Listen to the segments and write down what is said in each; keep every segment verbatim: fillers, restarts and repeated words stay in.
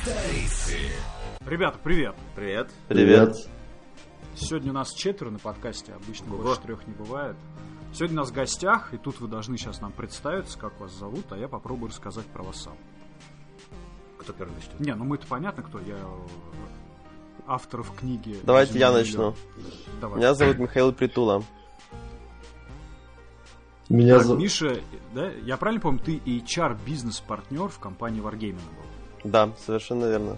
Сторицы. Ребята, привет. Привет. Привет. Сегодня у нас четверо на подкасте, обычно Ого. больше трех не бывает. Сегодня у нас в гостях, и тут вы должны сейчас нам представиться, как вас зовут, а я попробую рассказать про вас сам. Кто первый начнет? Не, ну мы-то понятно, кто. Я авторов книги. Давайте я «Земля начну. Давай. Меня зовут Михаил Притула. Меня Так, зовут... Миша, да, я правильно помню, ты эйч ар-бизнес-партнер в компании Wargaming был? Да, совершенно верно.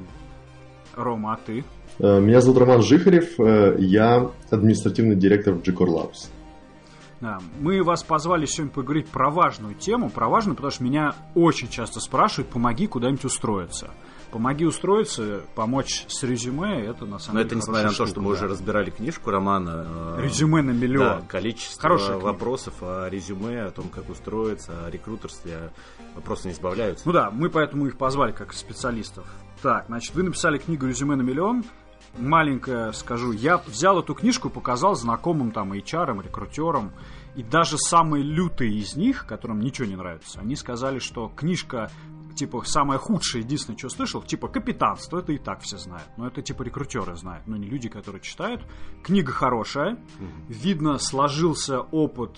Угу. Рома, а ты? Меня зовут Роман Жихарев, я административный директор в G-Core Labs. Да, мы вас позвали сегодня поговорить про важную тему, про важную, потому что меня очень часто спрашивают, помоги куда-нибудь устроиться. Помоги устроиться, помочь с резюме, это на самом Но деле это несмотря на то, штука, что мы да. уже разбирали книжку Романа. Резюме на миллион. Да, количество Хорошая книга. вопросов о резюме, о том, как устроиться, о рекрутерстве, вопросы не избавляются. Ну да, мы поэтому их позвали как специалистов. Так, значит, вы написали книгу «Резюме на миллион». Маленькое скажу, я взял эту книжку, показал знакомым там эйч ар-ам, рекрутерам, и даже самые лютые из них, которым ничего не нравится, они сказали, что книжка, типа, самое худшее, единственное, что слышал, типа, капитанство, это и так все знают, но это, типа, рекрутеры знают, но не люди, которые читают. Книга хорошая, видно, сложился опыт...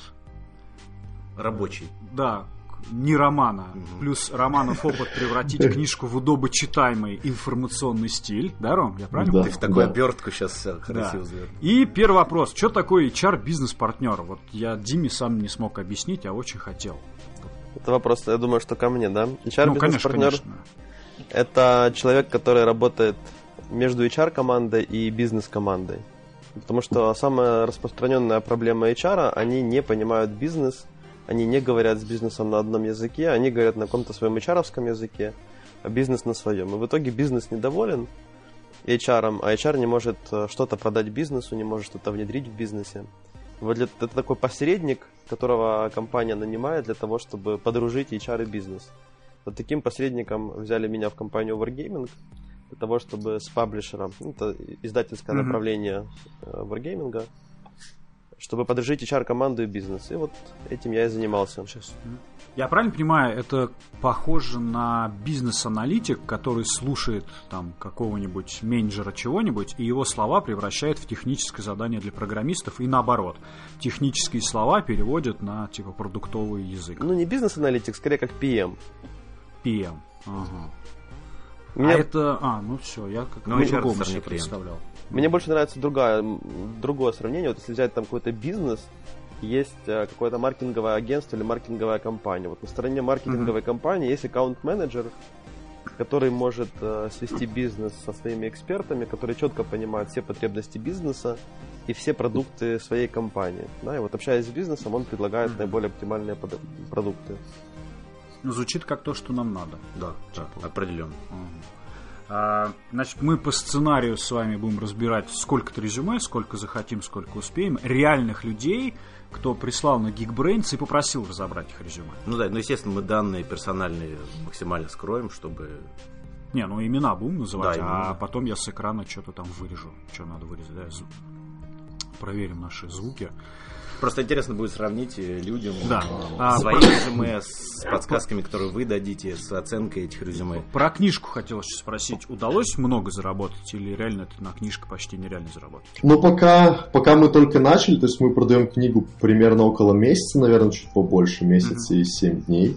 Рабочий. Да, не романа. Угу. Плюс Романов опыт превратить книжку в удобочитаемый информационный стиль. Да, Ром? Я правильно? Да. Ты в такую Да. обертку сейчас красиво Да. завернул. И первый вопрос. Что такое эйч ар-бизнес-партнер? Вот я Диме сам не смог объяснить, а очень хотел. Это вопрос, я думаю, что ко мне, да? эйч Ну, конечно, ар-бизнес-партнер конечно. – это человек, который работает между эйч ар-командой и бизнес-командой. Потому что самая распространенная проблема эйч ар – они не понимают бизнес, они не говорят с бизнесом на одном языке, они говорят на каком-то своем эйч ар-овском языке, а бизнес на своем. И в итоге бизнес недоволен эйч ар, а эйч ар не может что-то продать бизнесу, не может что-то внедрить в бизнесе. Вот для- это такой посредник, которого компания нанимает для того, чтобы подружить эйч ар и бизнес. Вот таким посредником взяли меня в компанию Wargaming, для того, чтобы с паблишером, ну, это издательское Мгм. направление э, Wargaming, чтобы подружить эйч ар-команду и бизнес. И вот этим я и занимался. Сейчас. Я правильно понимаю, это похоже на бизнес-аналитик, который слушает там какого-нибудь менеджера чего-нибудь, и его слова превращает в техническое задание для программистов, и наоборот. Технические слова переводят на типа продуктовый язык. Ну, не бизнес-аналитик, скорее как пи эм. пи эм. Ага. Меня, А это... А, ну все, я как Ну, ну, эйч ар по-другому это себе не клиент. представлял. мне больше нравится другая, м, другое сравнение. Вот если взять там какой-то бизнес, есть э, какое-то маркетинговое агентство или маркетинговая компания. Вот на стороне маркетинговой компании есть аккаунт-менеджер, который может э, свести бизнес со своими экспертами, которые четко понимают все потребности бизнеса и все продукты своей компании. Да, и вот общаясь с бизнесом, он предлагает Мгм. наиболее оптимальные под- продукты. Ну, звучит как то, что нам надо. Да, да, определенно. Ага. А, значит, мы по сценарию с вами будем разбирать сколько-то резюме, сколько захотим, сколько успеем. Реальных людей, кто прислал на Geekbrains и попросил разобрать их резюме. Ну да, ну естественно, мы данные персональные максимально скроем, чтобы... Не, ну имена будем называть, Да, а имена. потом я с экрана что-то там вырежу. Что надо вырезать, да, зву- проверим наши звуки. Просто интересно будет сравнить э, людям Да. э, А, свои про- резюме с подсказками, которые вы дадите, с оценкой этих резюме. Про книжку хотелось спросить. Удалось много заработать или реально это на книжке почти нереально заработать? Ну, пока, пока мы только начали, то есть мы продаем книгу примерно около месяца, наверное, чуть побольше, месяц и семь дней.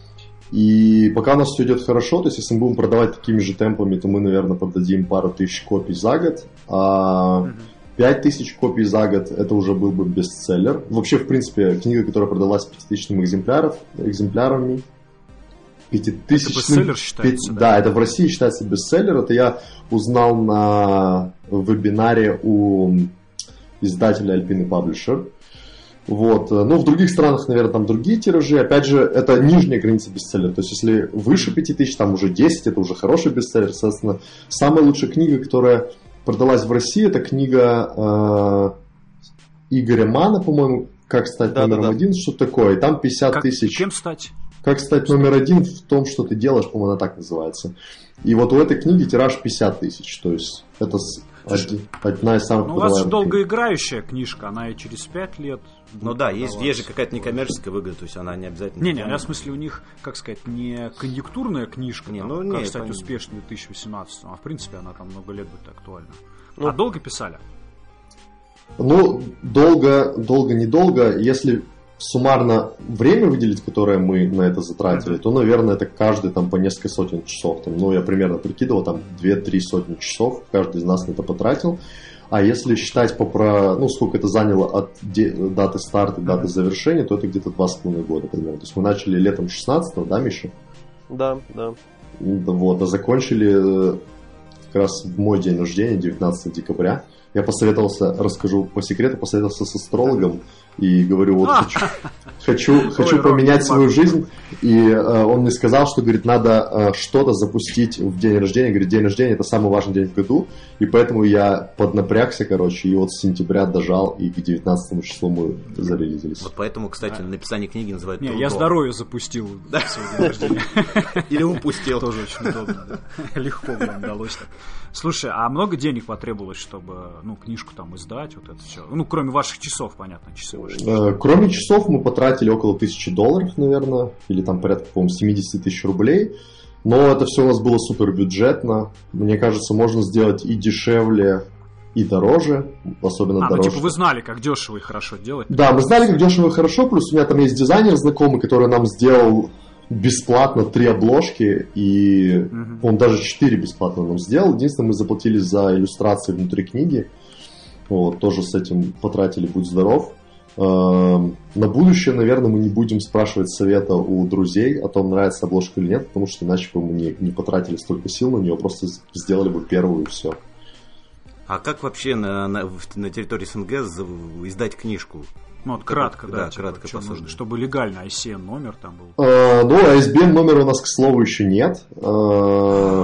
И пока у нас все идет хорошо, то есть если мы будем продавать такими же темпами, то мы, наверное, продадим пару тысяч копий за год. А пять тысяч копий за год это уже был бы бестселлер. Вообще, в принципе, книга, которая продалась пятитысячным экземпляров, экземплярами, пятитысячным... Это бестселлер считается, да? да? Да, это в России считается бестселлер. Это я узнал на вебинаре у издателя Alpine Publisher. Вот. Ну, в других странах, наверное, там другие тиражи. Опять же, это нижняя граница бестселлера. То есть, если выше пяти тысяч, там уже десять, это уже хороший бестселлер. Соответственно, самая лучшая книга, которая продалась в России, это книга э, Игоря Мана, по-моему, «Как стать Да, номером да, да. один», что такое. И там пятьдесят Как, тысяч. кем стать? Как стать номер один в том, что ты делаешь, по-моему, она так называется. И вот у этой книги тираж пятьдесят тысяч. То есть, это с- Один, одна из самых Ну, у вас же продаваемых. долгоиграющая книжка, она и через пять лет. Ну да, есть, есть же какая-то некоммерческая выгода, то есть она не обязательно... Не-не, в смысле у них, как сказать, не конъюнктурная книжка, Не, там, ну, как не, стать понятно. успешным в две тысячи восемнадцатом, а в принципе она там много лет будет актуальна. Ну, А долго писали? Ну, долго, долго, недолго. Если суммарно время выделить, которое мы на это затратили, то, наверное, это каждый там по несколько сотен часов. Там, ну, я примерно прикидывал, там две-три сотни часов каждый из нас на это потратил. А если считать по про, ну, сколько это заняло от де- даты старта, даты завершения, то это где-то два с половиной года примерно. То есть мы начали летом шестнадцатого, да, Миша? да, да. Да, вот, а закончили э, как раз в мой день рождения, девятнадцатого декабря. Я посоветовался, расскажу по секрету, посоветовался с астрологом и говорю, вот хочу, хочу, хочу Ой, поменять Ром, свою ладно. жизнь. И э, он мне сказал, что, говорит, надо э, что-то запустить в день рождения. Говорит, день рождения это самый важный день в году. И поэтому я поднапрягся, короче, и вот с сентября дожал, и к девятнадцатому числу мы зарелизились. Вот поэтому, кстати, написание книги называют Не, трудом. я здоровье запустил в свой день рождения. Или упустил. Тоже очень удобно, да. Легко прям удалось так. Слушай, а много денег потребовалось, чтобы, ну, книжку там издать, вот это все? Ну, кроме ваших часов, понятно, часы ваши. Э, Кроме часов мы потратили около тысячи долларов, наверное, или там порядка, по-моему, семьдесят тысяч рублей. Но это все у нас было супер бюджетно. Мне кажется, можно сделать и дешевле, и дороже, особенно А, ну, дороже. типа вы знали, как дешево и хорошо делать. Да, мы знали, как дешево и хорошо, плюс у меня там есть дизайнер знакомый, который нам сделал бесплатно три обложки, и Мгм. он даже четыре бесплатно нам сделал. Единственное, мы заплатили за иллюстрации внутри книги. Вот, тоже с этим потратили, будь здоров. Эм, На будущее, наверное, мы не будем спрашивать совета у друзей о том, нравится обложка или нет, потому что иначе бы мы не, не потратили столько сил на нее, просто сделали бы первую и все. А как вообще на, на, в- на территории СНГ за- издать книжку? Ну, вот кратко, Да, да, типа, кратко, чё пособие. нужно, чтобы легально ай си эн номер там был. Э, Ну, ай эс би эн номера у нас, к слову, еще нет. Э,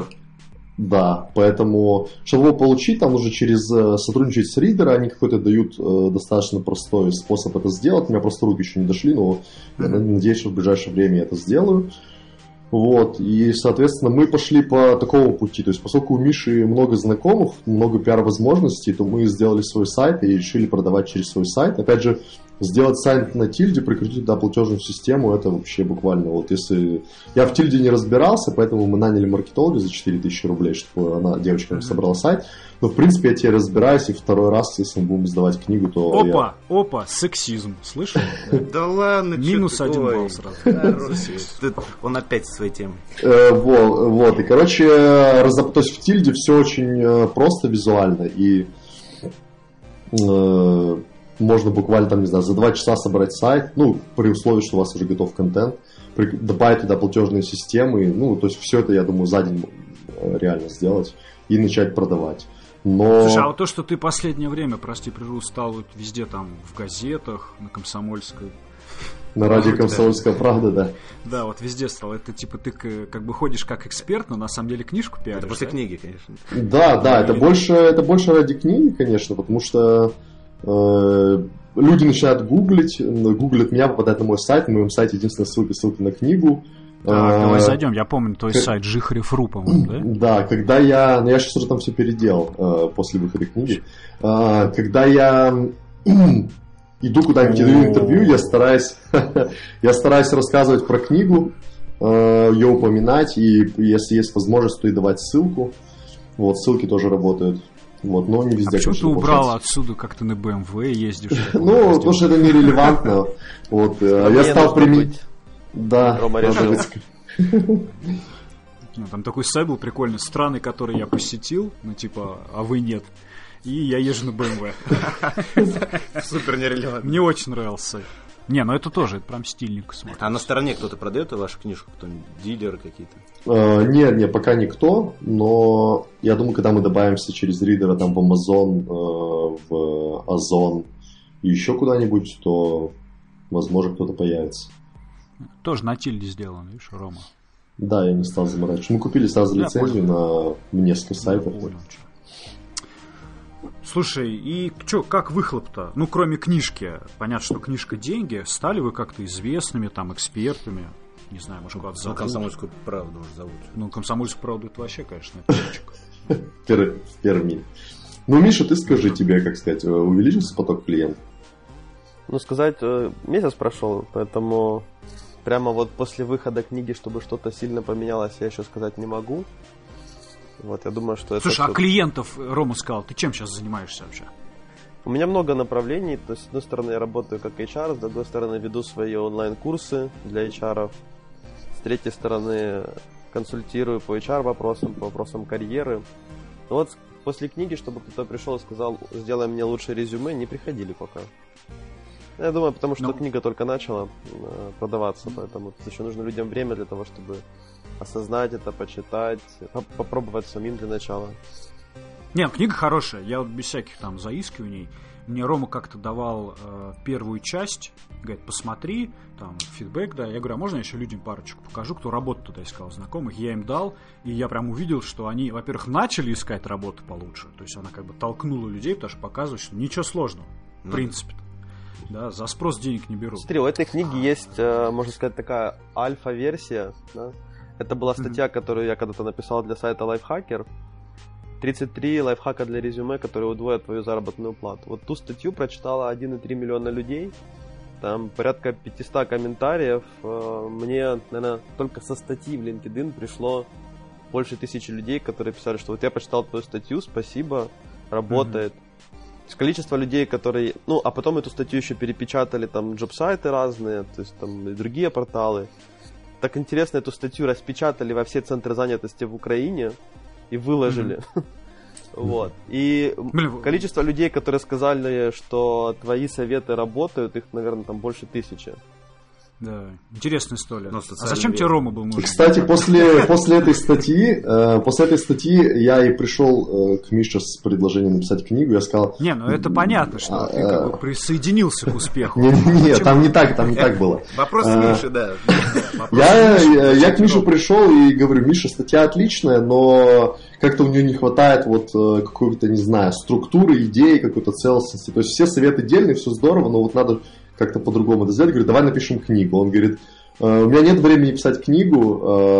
Да, поэтому, чтобы его получить, там нужно через э, сотрудничать с Reader, они какой-то дают э, достаточно простой способ это сделать. У меня просто руки еще не дошли, но я надеюсь, что в ближайшее время я это сделаю. Вот, и, соответственно, мы пошли по такому пути. То есть, поскольку у Миши много знакомых, много пиар-возможностей, то мы сделали свой сайт и решили продавать через свой сайт. Опять же, сделать сайт на Тильде, прикрутить туда платежную систему, это вообще буквально вот если... Я в Тильде не разбирался, поэтому мы наняли маркетолога за четыре тысячи рублей, чтобы она, девочка, нам собрала сайт. Но, в принципе, я теперь разбираюсь, и второй раз, если мы будем сдавать книгу, то Опа, опа, сексизм, слышал? Да ладно, Минус чё ты- один ой, балл сразу. хорош. Ты- Он опять со своей темой. я... Э, вот, вот, и, короче, разоб- то есть в Тильде все очень э, просто визуально, и э, можно буквально, там, не знаю, за два часа собрать сайт, ну, при условии, что у вас уже готов контент, при- добавить туда платежные системы, ну, то есть все это, я думаю, за день э, реально сделать и начать продавать. Но... Слушай, а вот то, что ты последнее время, прости, прерву, стал вот везде там в газетах, на Комсомольской, На радио «Комсомольская правда», да. да, вот везде стал, это типа ты к- как бы ходишь как эксперт, но на самом деле книжку пиаришь, Это после да? книги, конечно. Да, да, это больше, это больше ради книги, конечно, потому что э, люди начинают гуглить, э, гуглят меня, попадают на мой сайт, на моем сайте единственная ссылка, ссылка на книгу. Так, Э, давай зайдем, я помню твой как- сайт Жихарев.ру, по-моему, да? Да, когда я... Ну, я сейчас уже там все переделал э, после выхода книги. Э, когда я иду куда-нибудь и даю интервью, я стараюсь, я стараюсь рассказывать про книгу, э, ее упоминать, и если есть возможность, то и давать ссылку. Вот, ссылки тоже работают. Вот, но не А везде, почему ты конечно, убрал получается. отсюда, как ты на бэ эм вэ ездишь? Ну, потому что это нерелевантно. Вот, э, Мне я стал нужно применять... быть. Да, Рома надо решил. быть- Ну, там такой сайт был прикольный, страны, которые я посетил, ну типа, а вы нет. И я езжу на бэ эм вэ. Супер нерелевантно. Мне очень нравился сайт. Не, ну это тоже, это прям стильненько смотрится. А на стороне кто-то продает вашу книжку? Кто-нибудь? Дилеры какие-то? Э, Не, не, пока никто, но я думаю, когда мы добавимся через ридера там в Amazon, э, в Озон и еще куда-нибудь, то, возможно, кто-то появится. Тоже на тильде сделано, видишь, Рома. Да, я не стал заморачиваться. Мы купили сразу Я лицензию на несколько сайтов. Понял, чё. Слушай, и чё, как выхлоп-то? Ну, кроме книжки, понятно, что книжка деньги. Стали вы как-то известными, там, экспертами? Не знаю, может, куда-то Ну, зовут? комсомольскую правду уже зовут. Ну, комсомольскую правду это вообще, конечно, пичек. В Пер- в Перми. Ну, Миша, ты скажи, тебе, как сказать, увеличился поток клиентов? Ну, сказать, месяц прошел, поэтому прямо вот после выхода книги, чтобы что-то сильно поменялось, я еще сказать не могу. Вот, я думаю, что это... Слушай, все... а клиентов, Рома сказал, ты чем сейчас занимаешься вообще? У меня много направлений, то есть, с одной стороны, я работаю как эйч ар, с другой стороны, веду свои онлайн-курсы для эйч ар, с третьей стороны, консультирую по эйч ар вопросам, по вопросам карьеры. Но вот после книги, чтобы кто-то пришел и сказал, сделай мне лучшее резюме, не приходили пока. Я думаю, потому что ну... книга только начала э, продаваться, поэтому еще нужно людям время для того, чтобы осознать это, почитать, попробовать самим для начала. Не, книга хорошая, я вот без всяких там заискиваний. Мне Рома как-то давал э, первую часть, говорит, посмотри, там, фидбэк, да. Я говорю, а можно я еще людям парочку покажу, кто работу туда искал, знакомых? Я им дал, и я прям увидел, что они, во-первых, начали искать работу получше, то есть она как бы толкнула людей, потому что показывает, что ничего сложного, в mm. принципе. Да, за спрос денег не берут. Смотри, у этой книги есть, можно сказать, такая альфа-версия, да? Это была статья, mm-hmm. которую я когда-то написал для сайта Lifehacker. тридцать три лайфхака для резюме, которые удвоят твою заработную плату. Вот ту статью прочитало один целых три миллиона людей. Там порядка пятьсот комментариев. Мне, наверное, только со статьи в LinkedIn пришло больше тысячи людей, которые писали, что вот я прочитал твою статью, спасибо, работает. Mm-hmm. Количество людей, которые... Ну, а потом эту статью еще перепечатали там джоб-сайты разные, то есть там и другие порталы. Так интересно, эту статью распечатали во все центры занятости в Украине и выложили. Mm-hmm. Вот. И Блин. количество людей, которые сказали, что твои советы работают, их, наверное, там больше тысячи. Да, интересная история. А зачем тебе Рома был нужен? Кстати, после, после этой статьи, э, после этой статьи я и пришел э, к Мише с предложением написать книгу. Я сказал. Не, ну это понятно, что а, ты как бы присоединился к успеху. Нет, там не так, там не так было. Вопрос Миши, да. Я к Мише пришел и говорю, Миша, статья отличная, но как-то у нее не хватает вот какой-то, не знаю, структуры, идеи, какой-то целостности. То есть все советы дельные, все здорово, но вот надо как-то по-другому это сделать. Говорю, давай напишем книгу. Он говорит, у меня нет времени писать книгу.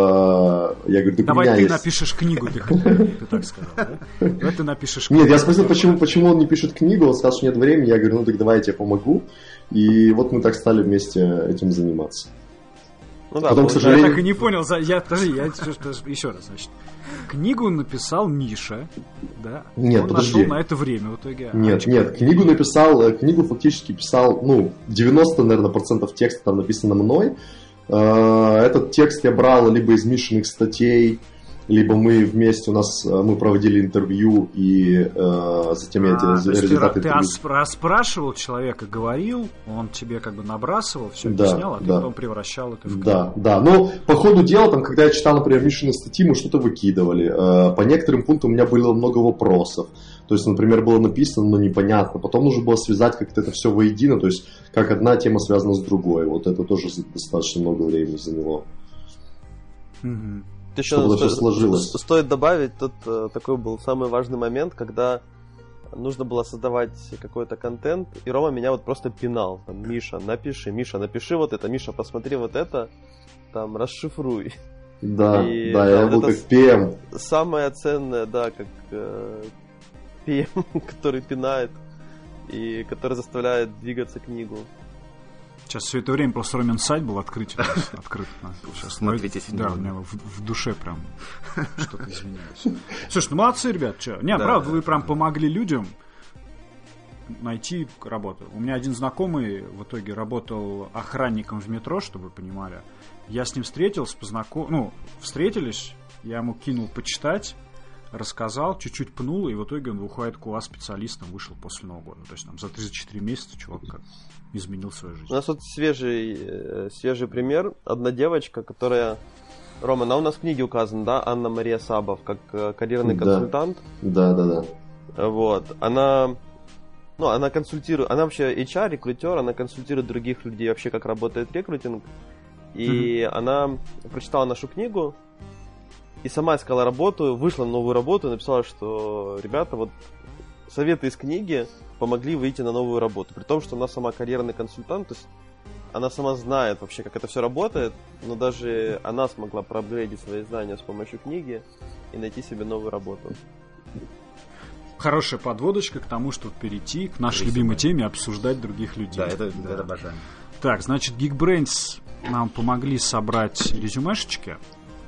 Я говорю, так давай у меня ты есть. напишешь книгу, ты, ты так сказал, да? Давай ты напишешь книгу. Нет, я спросил, почему, почему он не пишет книгу, он сказал, что нет времени. Я говорю, ну так давай я тебе помогу. И вот мы так стали вместе этим заниматься. Ну да, Потом, к сожалению... Я так и не понял, я, подожди, я еще раз, значит. Книгу написал Миша, да? Нет, он подожди. нашел на это время в итоге. Нет, а нет, книгу написал, книгу фактически писал, ну, девяносто, наверное, процентов текста там написано мной. Этот текст я брал либо из Мишиных статей, либо мы вместе, у нас, мы проводили интервью, и э, затем я а, эти результаты ты, интервью... Ты расспрашивал человека, говорил, он тебе как бы набрасывал, все да, объяснял, а ты да. потом превращал это в книгу. Да, да, но по ходу дела, там, когда я читал, например, Мишины статьи, мы что-то выкидывали. Э, по некоторым пунктам у меня было много вопросов. То есть, например, было написано, но непонятно. Потом нужно было связать как-то это все воедино, то есть, как одна тема связана с другой. Вот это тоже достаточно много времени заняло. Угу. Еще сто, сложилось. Стоит добавить, тут э, такой был самый важный момент, когда нужно было создавать какой-то контент, и Рома меня вот просто пинал. Там, Миша, напиши, Миша, напиши вот это, Миша, посмотри вот это, там, расшифруй. Да, и, да, да, я вот был как пи эм. Самое ценное, да, как э, пи эм, который пинает и который заставляет двигаться книгу. Сейчас все это время просто Ромин сайт был открыт. Открыт. Сейчас смотрите. Да, у меня в, в душе прям что-то изменилось. Слушай, ну молодцы, ребят. Что? Не, да, правда, вы прям помогли людям найти работу. У меня один знакомый в итоге работал охранником в метро, чтобы вы понимали. Я с ним встретился, познаком... ну, встретились, я ему кинул почитать, рассказал, чуть-чуть пнул, и в итоге он выходит к УАЗ специалистом, вышел после Нового года. То есть там за три-четыре месяца чувак как изменил свою жизнь. У нас вот свежий, свежий пример. Одна девочка, которая... Рома, она у нас в книге указана, да? Анна Мария Сабов, как карьерный да. консультант. Да, да, да. Вот. Она... Ну, она консультирует... Она вообще эйч ар, рекрутер, она консультирует других людей вообще, как работает рекрутинг. И mm-hmm. она прочитала нашу книгу и сама искала работу, вышла на новую работу и написала, что ребята, вот советы из книги помогли выйти на новую работу. При том, что она сама карьерный консультант, то есть она сама знает вообще, как это все работает, но даже она смогла проапгрейдить свои знания с помощью книги и найти себе новую работу. хорошая подводочка к тому, чтобы перейти к нашей Резюме. любимой теме, обсуждать других людей. Да, это, это обожаем. Так, значит, Geekbrains нам помогли собрать резюмешечки.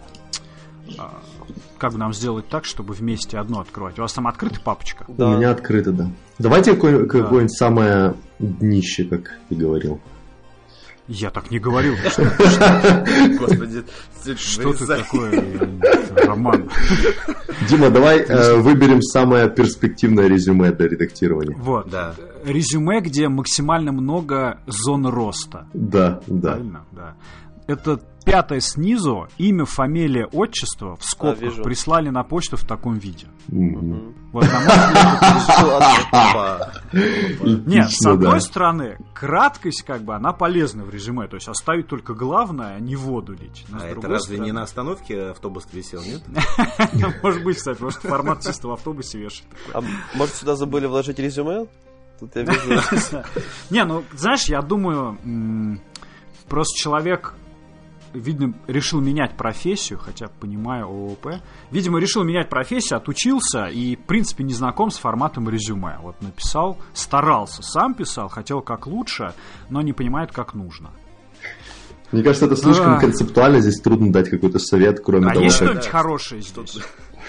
А, Как бы нам сделать так, чтобы вместе одно открывать? У вас там открыта папочка? У меня открыто, да. Давайте какое- какое-нибудь самое днище, как ты говорил. Я так не говорил. Господи, Что ты такое, я- Роман? Дима, давай э, выберем самое перспективное резюме для редактирования. Вот. Да. Резюме, где максимально много зон роста. Да, да. Правильно? Да. Это пятое снизу, имя, фамилия, отчество в скобках вижу. прислали на почту в таком виде. Мгм. Вот, на мой взгляд, Опа. Нет, с Эпично, одной да. стороны, краткость, как бы, она полезна в резюме. То есть оставить только главное, а не воду лить. Но с А это другой разве не стороны- на остановке автобус висел, нет? Может быть, кстати, может формат чисто в автобусе вешать. А может, сюда забыли вложить резюме? Тут я вижу. Не, ну, знаешь, я думаю, м, просто человек, видно, решил менять профессию, хотя понимаю ООП. Видимо, решил менять профессию, отучился и, в принципе, не знаком с форматом резюме. Вот написал, старался, сам писал, хотел как лучше, но не понимает, как нужно. Мне кажется, это слишком Да. концептуально, здесь трудно дать какой-то совет, кроме А того, есть как... что-нибудь хорошее здесь?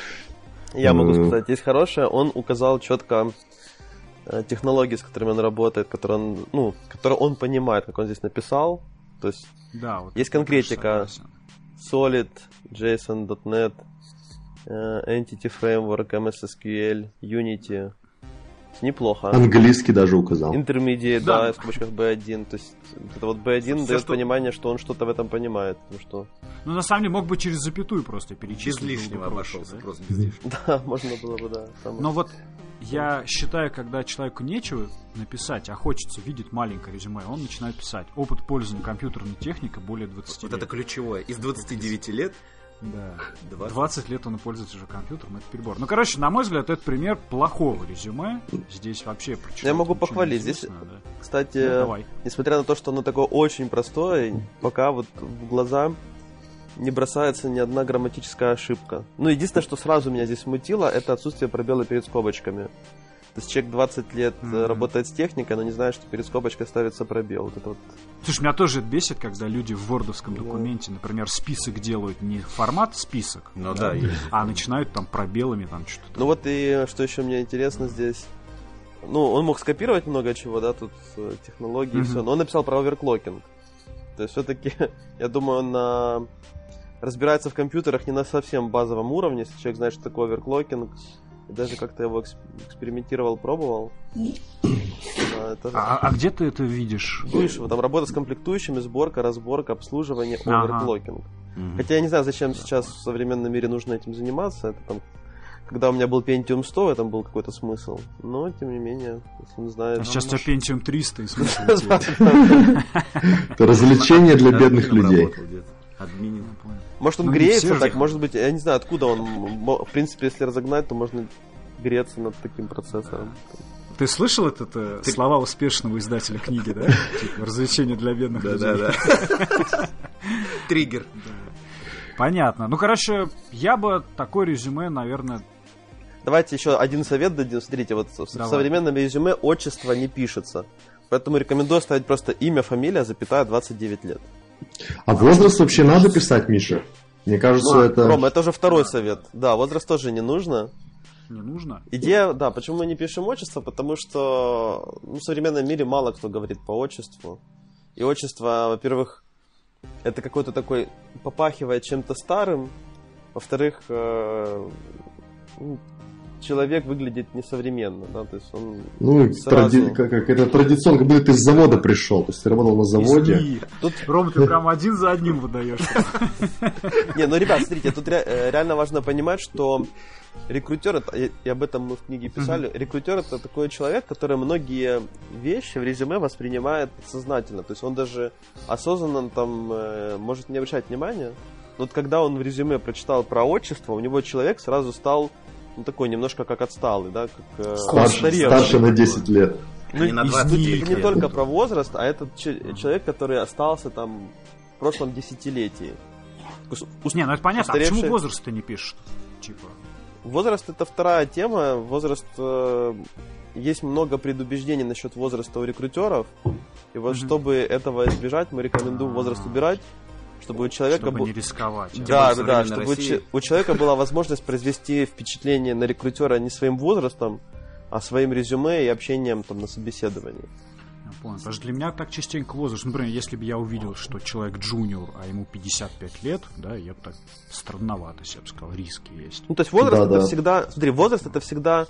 Я могу Ну. сказать, есть хорошее. Он указал четко э, технологии, с которыми он работает, которые он, ну, которые он понимает, как он здесь написал. То есть Да, вот Есть я конкретика. согласен. Solid, JSON, .дот нет, э, Entity Framework, эм эс эс кью эль, Unity. Неплохо. Английский даже указал. Intermediate, Да. да, в скобочках би один. То есть вот это вот би один Всё, дает что- понимание, что он что-то в этом понимает. Ну что, Ну, на самом деле, мог бы через запятую просто перечислить. Без было бы лишнего проще, обошелся, да? просто без лишнего. да, можно было бы, да. Там- Но вот я считаю, когда человеку нечего написать, а хочется видеть маленькое резюме, он начинает писать опыт пользования компьютерной техникой более двадцати Вот лет. это ключевое. Из двадцати девяти лет Да. двадцать. двадцать лет он пользуется уже компьютером, это перебор. Ну, короче, на мой взгляд, это пример плохого резюме. Здесь вообще прочитать Я могу ничего похвалить. не Здесь, интересно, да. кстати, Ну, давай. несмотря на то, что оно такое очень простое, пока вот в глаза не бросается ни одна грамматическая ошибка. Ну, единственное, что сразу меня здесь смутило, это отсутствие пробела перед скобочками. То есть человек двадцать лет э, Мгм. работает с техникой, но не знает, что перед скобочкой ставится пробел. Вот это вот. Слушай, меня тоже это бесит, когда люди в вордовском Да. документе, например, список делают не формат список, Ну да, есть. а начинают там пробелами там что-то. Ну вот и что еще мне интересно здесь. Ну, он мог скопировать много чего, да, тут э, технологии и Мгм. все, но он написал про оверклокинг. То есть все-таки, я думаю, он на... разбирается в компьютерах не на совсем базовом уровне, если человек знает, что такое оверклокинг, и даже как-то его экс- экспериментировал, пробовал. Да, это... А, а где ты это видишь? Видишь, вот там работа с комплектующими, сборка, разборка, обслуживание, Ага. оверклокинг. Мгм. Хотя я не знаю, зачем сейчас в современном мире нужно этим заниматься. Это там, когда у меня был Pentium сто, в этом был какой-то смысл. Но, тем не менее, если он знает... А сейчас у тебя Pentium триста, и смысл Это развлечение для бедных Админом людей. работал где-то. Админин. Может, он Ну, не греется все же. так, может быть, я не знаю, откуда он... мо- В принципе, если разогнать, то можно греться над таким процессором. Ты слышал это, э, слова успешного издателя книги, да? Типа, развлечение для бедных людей. Да-да-да. Триггер. Понятно. Ну, короче, я бы такое резюме, наверное... Давайте еще один совет дадим. Смотрите, вот в Давай. современном резюме отчество не пишется. Поэтому рекомендую ставить просто имя, фамилия, запятая, двадцать девять лет. А возраст вообще надо писать, Миша? Мне кажется, Ну, это... Рома, это уже второй совет. Да, возраст тоже не нужно. Не нужно? Идея, да, почему мы не пишем отчество? Потому что ну, в современном мире мало кто говорит по отчеству. И отчество, во-первых, это какой-то такой, попахивает чем-то старым. Во-вторых, э, ну, человек выглядит несовременно, да, то есть он Ну, сразу- тради- как, как это традиционно, как будто ты с завода пришел. То есть ты работал на заводе. Извини. Тут, Рома, ты прям один за одним выдаешь. не, ну, ребят, смотрите, тут ре- э, реально важно понимать, что рекрутер, это, и и об этом мы в книге писали, рекрутер это такой человек, который многие вещи в резюме воспринимает сознательно, то есть он даже осознанно там э, может не обращать внимания. Но вот когда он в резюме прочитал про отчество, у него человек сразу стал ну, такой немножко как отсталый, да, как э, Старше, устаревший. старше на десять лет. Ну, Не на и двадцать тут девять не лет. только про возраст, а этот че- человек, который остался там в прошлом десятилетии. То есть ус- Не, ну это понятно. А почему устаревший- возраст ты не пишешь? Типа. Возраст — это вторая тема. Возраст... Э, есть много предубеждений насчет возраста у рекрутеров. И вот mm-hmm. чтобы этого избежать, мы рекомендуем возраст убирать, чтобы у человека... Чтобы был... не рисковать. Да, да, да, чтобы у, у человека была возможность произвести впечатление на рекрутера не своим возрастом, а своим резюме и общением там, на собеседовании. Я понял. Потому что для меня так частенько возраст. Например, если бы я увидел, что человек джуниор, а ему пятьдесят пять лет, да, я бы так странновато, я бы сказал, риски есть. Ну, то есть возраст да, это да. всегда... Смотри, возраст это всегда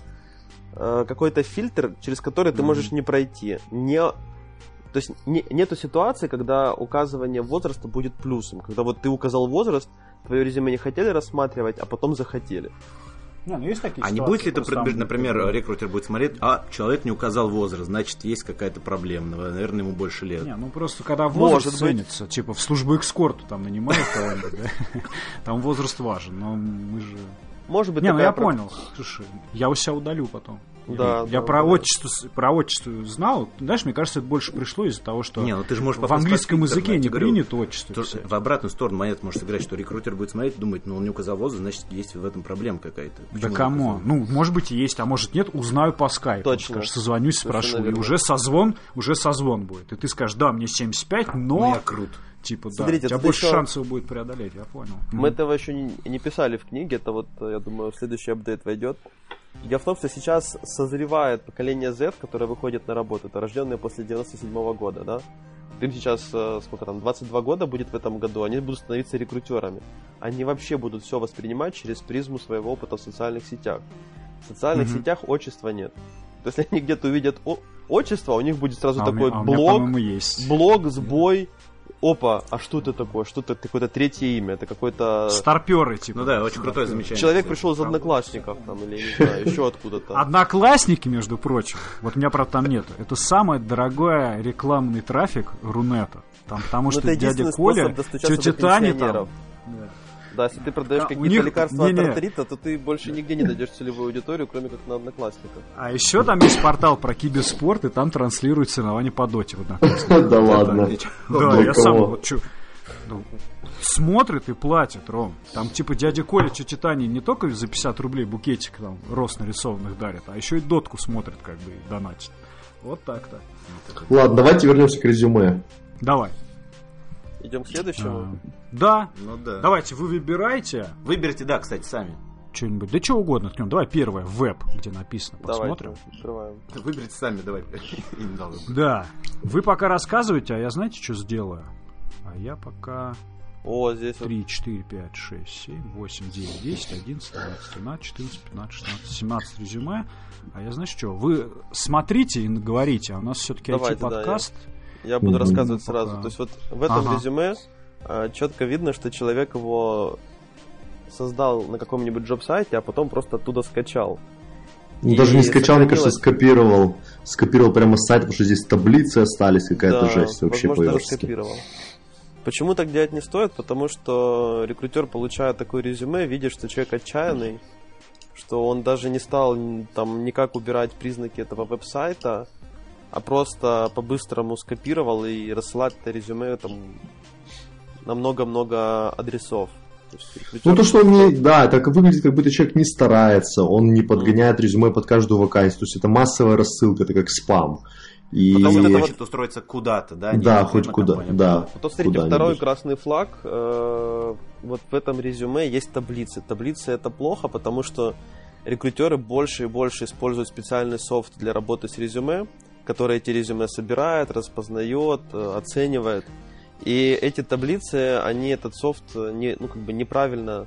э, какой-то фильтр, через который ты mm-hmm. можешь не пройти. Не... То есть не, нету ситуации, когда указывание возраста будет плюсом. Когда вот ты указал возраст, твое резюме не хотели рассматривать, а потом захотели. Не, ну есть такие а не будет ли это, например, рекрутер будет смотреть, а человек не указал возраст, значит, есть какая-то проблема, наверное, ему больше лет. Не, ну просто когда возраст ценится, типа в службу эскорту там нанимают кого-нибудь, да, там возраст важен, но мы же... Может быть, не, ну я про... понял, слушай, я у себя удалю потом. Да, я да, про, да. Отчество, про отчество знал. Знаешь, мне кажется, это больше пришло из-за того, что не, ну ты же можешь в английском языке не принято отчество. То, в обратную сторону монет может сыграть, что рекрутер будет смотреть, думать, ну он не указал возраст, значит, есть в этом проблема какая-то. Почему да кому? Ну, может быть, и есть, а может нет, узнаю по скайпу. Точно. Скажешь, созвонюсь, спрошу. Точно, и уже созвон, уже созвон будет. И ты скажешь, да, мне семьдесят пять, но... Ну, я крут. Типа, смотрите, да, у тебя больше еще... шансов будет преодолеть, я понял. Мы mm-hmm. этого еще не, не писали в книге, это вот, я думаю, следующий апдейт войдет. Дело в том, что сейчас созревает поколение Z, которое выходит на работу. Это рожденные после девяносто седьмого года, да? Им сейчас, сколько там, двадцать два года будет в этом году, они будут становиться рекрутерами. Они вообще будут все воспринимать через призму своего опыта в социальных сетях. В социальных mm-hmm. сетях отчества нет. То есть, если они где-то увидят о- отчество, у них будет сразу а такой меня, блог, а меня, есть. блог, сбой. Опа, а что это такое? Что-то какое-то третье имя, это какой-то... Старперы, типа. Ну да, очень крутое замечание. Человек пришел из Одноклассников, там, или, не знаю, еще откуда-то. Одноклассники, между прочим, вот у меня, правда, там нет. Это самый дорогой рекламный трафик Рунета. Там, потому что дядя Коля, тетя Таня там... Да, если ты продаешь а, какие-то них... лекарства не, не. от артрита, то ты больше нигде не найдешь целевую аудиторию, кроме как на Одноклассниках. А еще там есть портал про киберспорт, и там транслируют соревнования по доте в Одноклассниках. Да ладно. Да, я сам вот смотрит и платит, Ром. Там типа дядя Коля, тетя Таня не только за пятьдесят рублей букетик там рост нарисованных дарит, а еще и дотку смотрит, как бы, и донатит. Вот так-то. Ладно, давайте вернемся к резюме. Давай. Идем к следующему? А, да. Ну да. Давайте, вы выбирайте. Выберите, да, кстати, сами. Что-нибудь, да что угодно ткнем. Давай первое, веб, где написано. Посмотрим. Давайте, открываем. Выберите сами, давай. Да. Вы пока рассказываете, а я знаете, что сделаю? А я пока... О, здесь три, четыре, пять, шесть, семь, восемь, девять, десять, одиннадцать, двенадцать, тринадцать, четырнадцать, пятнадцать, шестнадцать, семнадцать резюме. А я, знаешь что, вы смотрите и говорите, а у нас все-таки ай ти-подкаст... Да, я... Я буду mm-hmm. рассказывать сразу. Пока. То есть вот в этом ага. резюме а, четко видно, что человек его создал на каком-нибудь джоб-сайте, а потом просто оттуда скачал. Ну, даже не скачал, сохранилось... мне кажется, скопировал. Скопировал прямо с сайта, потому что здесь таблицы остались, какая-то да, жесть вообще по-верски. скопировал. Почему так делать не стоит? Потому что рекрутер получает такое резюме, видит, что человек отчаянный, что он даже не стал там никак убирать признаки этого веб-сайта, а просто по-быстрому скопировал и рассылать это резюме там на много-много адресов. То есть, ну то, что он не... Да, это выглядит, как будто человек не старается, он не подгоняет mm. резюме под каждую вакансию. То есть это массовая рассылка, это как спам. И... Потому что это хочет устроиться куда-то, да? Да, хоть куда, да. Потом, смотрите, второй красный флаг. Э, вот в этом резюме есть таблицы. Таблицы это плохо, потому что рекрутеры больше и больше используют специальный софт для работы с резюме, который эти резюме собирает, распознает, оценивает. И эти таблицы, они этот софт не, ну, как бы неправильно...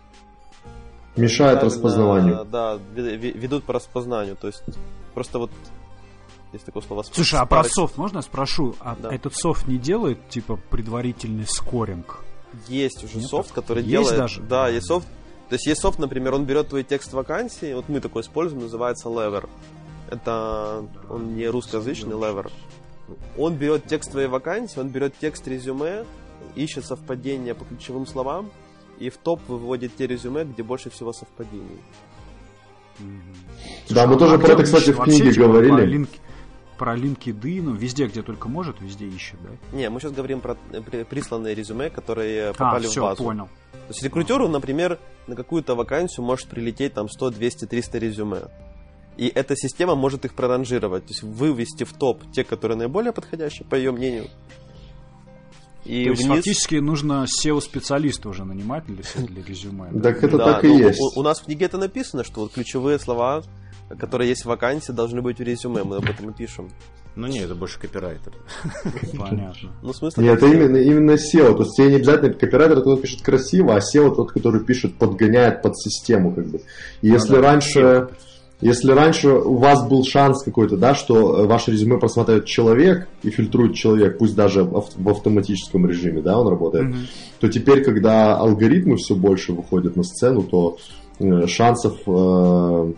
Мешают распознаванию. Да, ведут по распознанию. То есть просто вот есть такое слово... Слушай, а про софт можно я спрошу? А да. этот софт не делает, типа, предварительный скоринг? Есть уже Нет, софт, который есть делает... даже? Да, есть софт. То есть есть софт, например, он берет твой текст вакансии, вот мы такой используем, называется Lever. Это он не русскоязычный Lever. Он берет текст твоей вакансии, он берет текст резюме, ищет совпадения по ключевым словам и в топ выводит те резюме, где больше всего совпадений. Да, мы тоже про это, кстати, в книге говорили. про LinkedIn, везде, где только может, везде ищет, да? Не, мы сейчас говорим про присланные резюме, которые попали а, в все, базу. Понял. То есть рекрутеру, например, на какую-то вакансию может прилететь там сто, двести, триста резюме. И эта система может их проранжировать, то есть вывести в топ те, которые наиболее подходящие, по ее мнению. И то есть вниз... фактически нужно сео-специалиста уже нанимать для, для резюме. Да? Так это да, так и ну, есть. У, у нас в книге это написано, что вот ключевые слова, которые есть в вакансии, должны быть в резюме, мы об этом и пишем. Ну не, это больше копирайтер. Понятно. Ну, смысл Нет, это именно, именно сео. То есть тебе не обязательно копирайтер, кто пишет красиво, а сео тот, который пишет, подгоняет под систему, как бы. И если ну, да, раньше, если раньше у вас был шанс какой-то, да, что ваше резюме просматривает человек и фильтрует человек, пусть даже в автоматическом режиме, да, он работает, mm-hmm. то теперь, когда алгоритмы все больше выходят на сцену, то э, шансов э,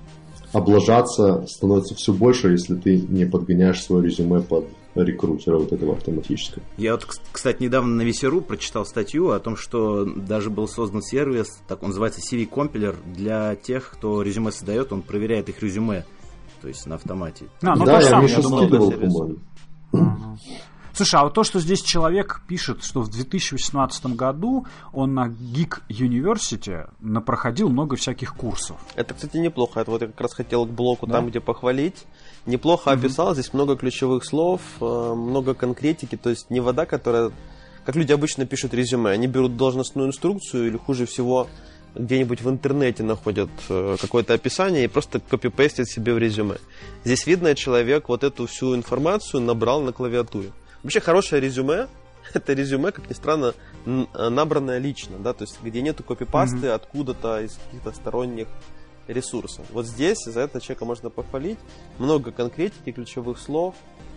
облажаться становится все больше, если ты не подгоняешь свое резюме под рекрутера вот этого автоматического. Я вот, кстати, недавно на Весеру прочитал статью о том, что даже был создан сервис, так он называется си ви-компилер, для тех, кто резюме создает, он проверяет их резюме, то есть на автомате. А, ну да, то я самое, Миша скидывал, по-моему. Ага. Слушай, а вот то, что здесь человек пишет, что в две тысячи восемнадцатом году он на Geek University проходил много всяких курсов. Это, кстати, неплохо. Это вот я как раз хотел к блоку да? там, где похвалить. Неплохо mm-hmm. описал. Здесь много ключевых слов, много конкретики. То есть не вода, которая... Как люди обычно пишут резюме. Они берут должностную инструкцию или, хуже всего, где-нибудь в интернете находят какое-то описание и просто копипейстят себе в резюме. Здесь видно, человек вот эту всю информацию набрал на клавиатуре. Вообще хорошее резюме – это резюме, как ни странно, набранное лично, да, то есть где нету копипасты mm-hmm. откуда-то из каких-то сторонних ресурсов. Вот здесь за это человека можно похвалить. Много конкретики, ключевых слов.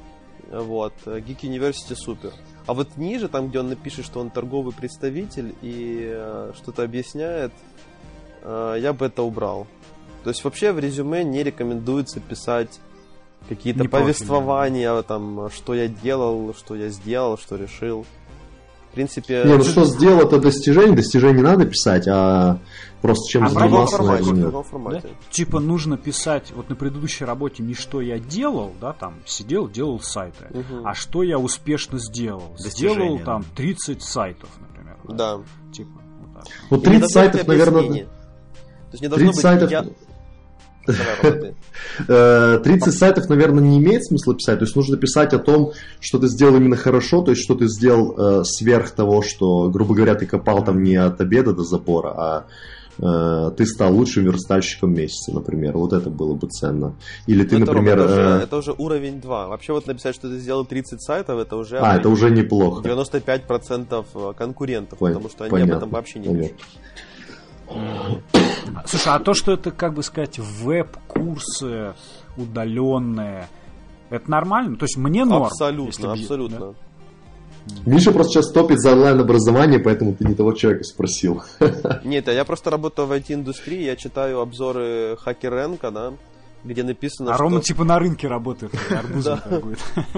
Вот. Geek University супер. А вот ниже, там, где он напишет, что он торговый представитель и э, что-то объясняет, э, я бы это убрал. То есть вообще в резюме не рекомендуется писать какие-то не повествования, профиль, там, что я делал, что я сделал, что решил. В принципе... Не, ну что сделал, это достижение. Достижение не надо писать, а просто чем а занимался. В другом формате, в другом формате. Да? Типа нужно писать, вот на предыдущей работе не что я делал, да, там, сидел, делал сайты, угу. а что я успешно сделал. Сделал да. там тридцать сайтов, например. Да. да. Типа, вот так. Ну, тридцать сайтов, наверное... То есть не должно быть... сайтов... Я... тридцать сайтов, наверное, не имеет смысла писать. То есть нужно писать о том, что ты сделал именно хорошо, то есть что ты сделал э, сверх того, что, грубо говоря, ты копал там не от обеда до запора, а э, ты стал лучшим верстальщиком месяца, например. Вот это было бы ценно. Или ты, это, например... Это, э... уже, это уже уровень два. Вообще вот написать, что ты сделал тридцать сайтов, это уже... А, это уже неплохо. девяносто пять процентов конкурентов, Пон... потому что они понятно, об этом вообще не понятно. пишут. Слушай, а то, что это, как бы сказать, веб-курсы удаленные, это нормально? То есть мне норм? Абсолютно, абсолютно. Да? Миша просто сейчас топит за онлайн-образование, поэтому ты не того человека спросил. Нет, я просто работаю в ай ти-индустрии, я читаю обзоры HackerRank, да, где написано, а что... Рома типа на рынке работает, арбузом торгует.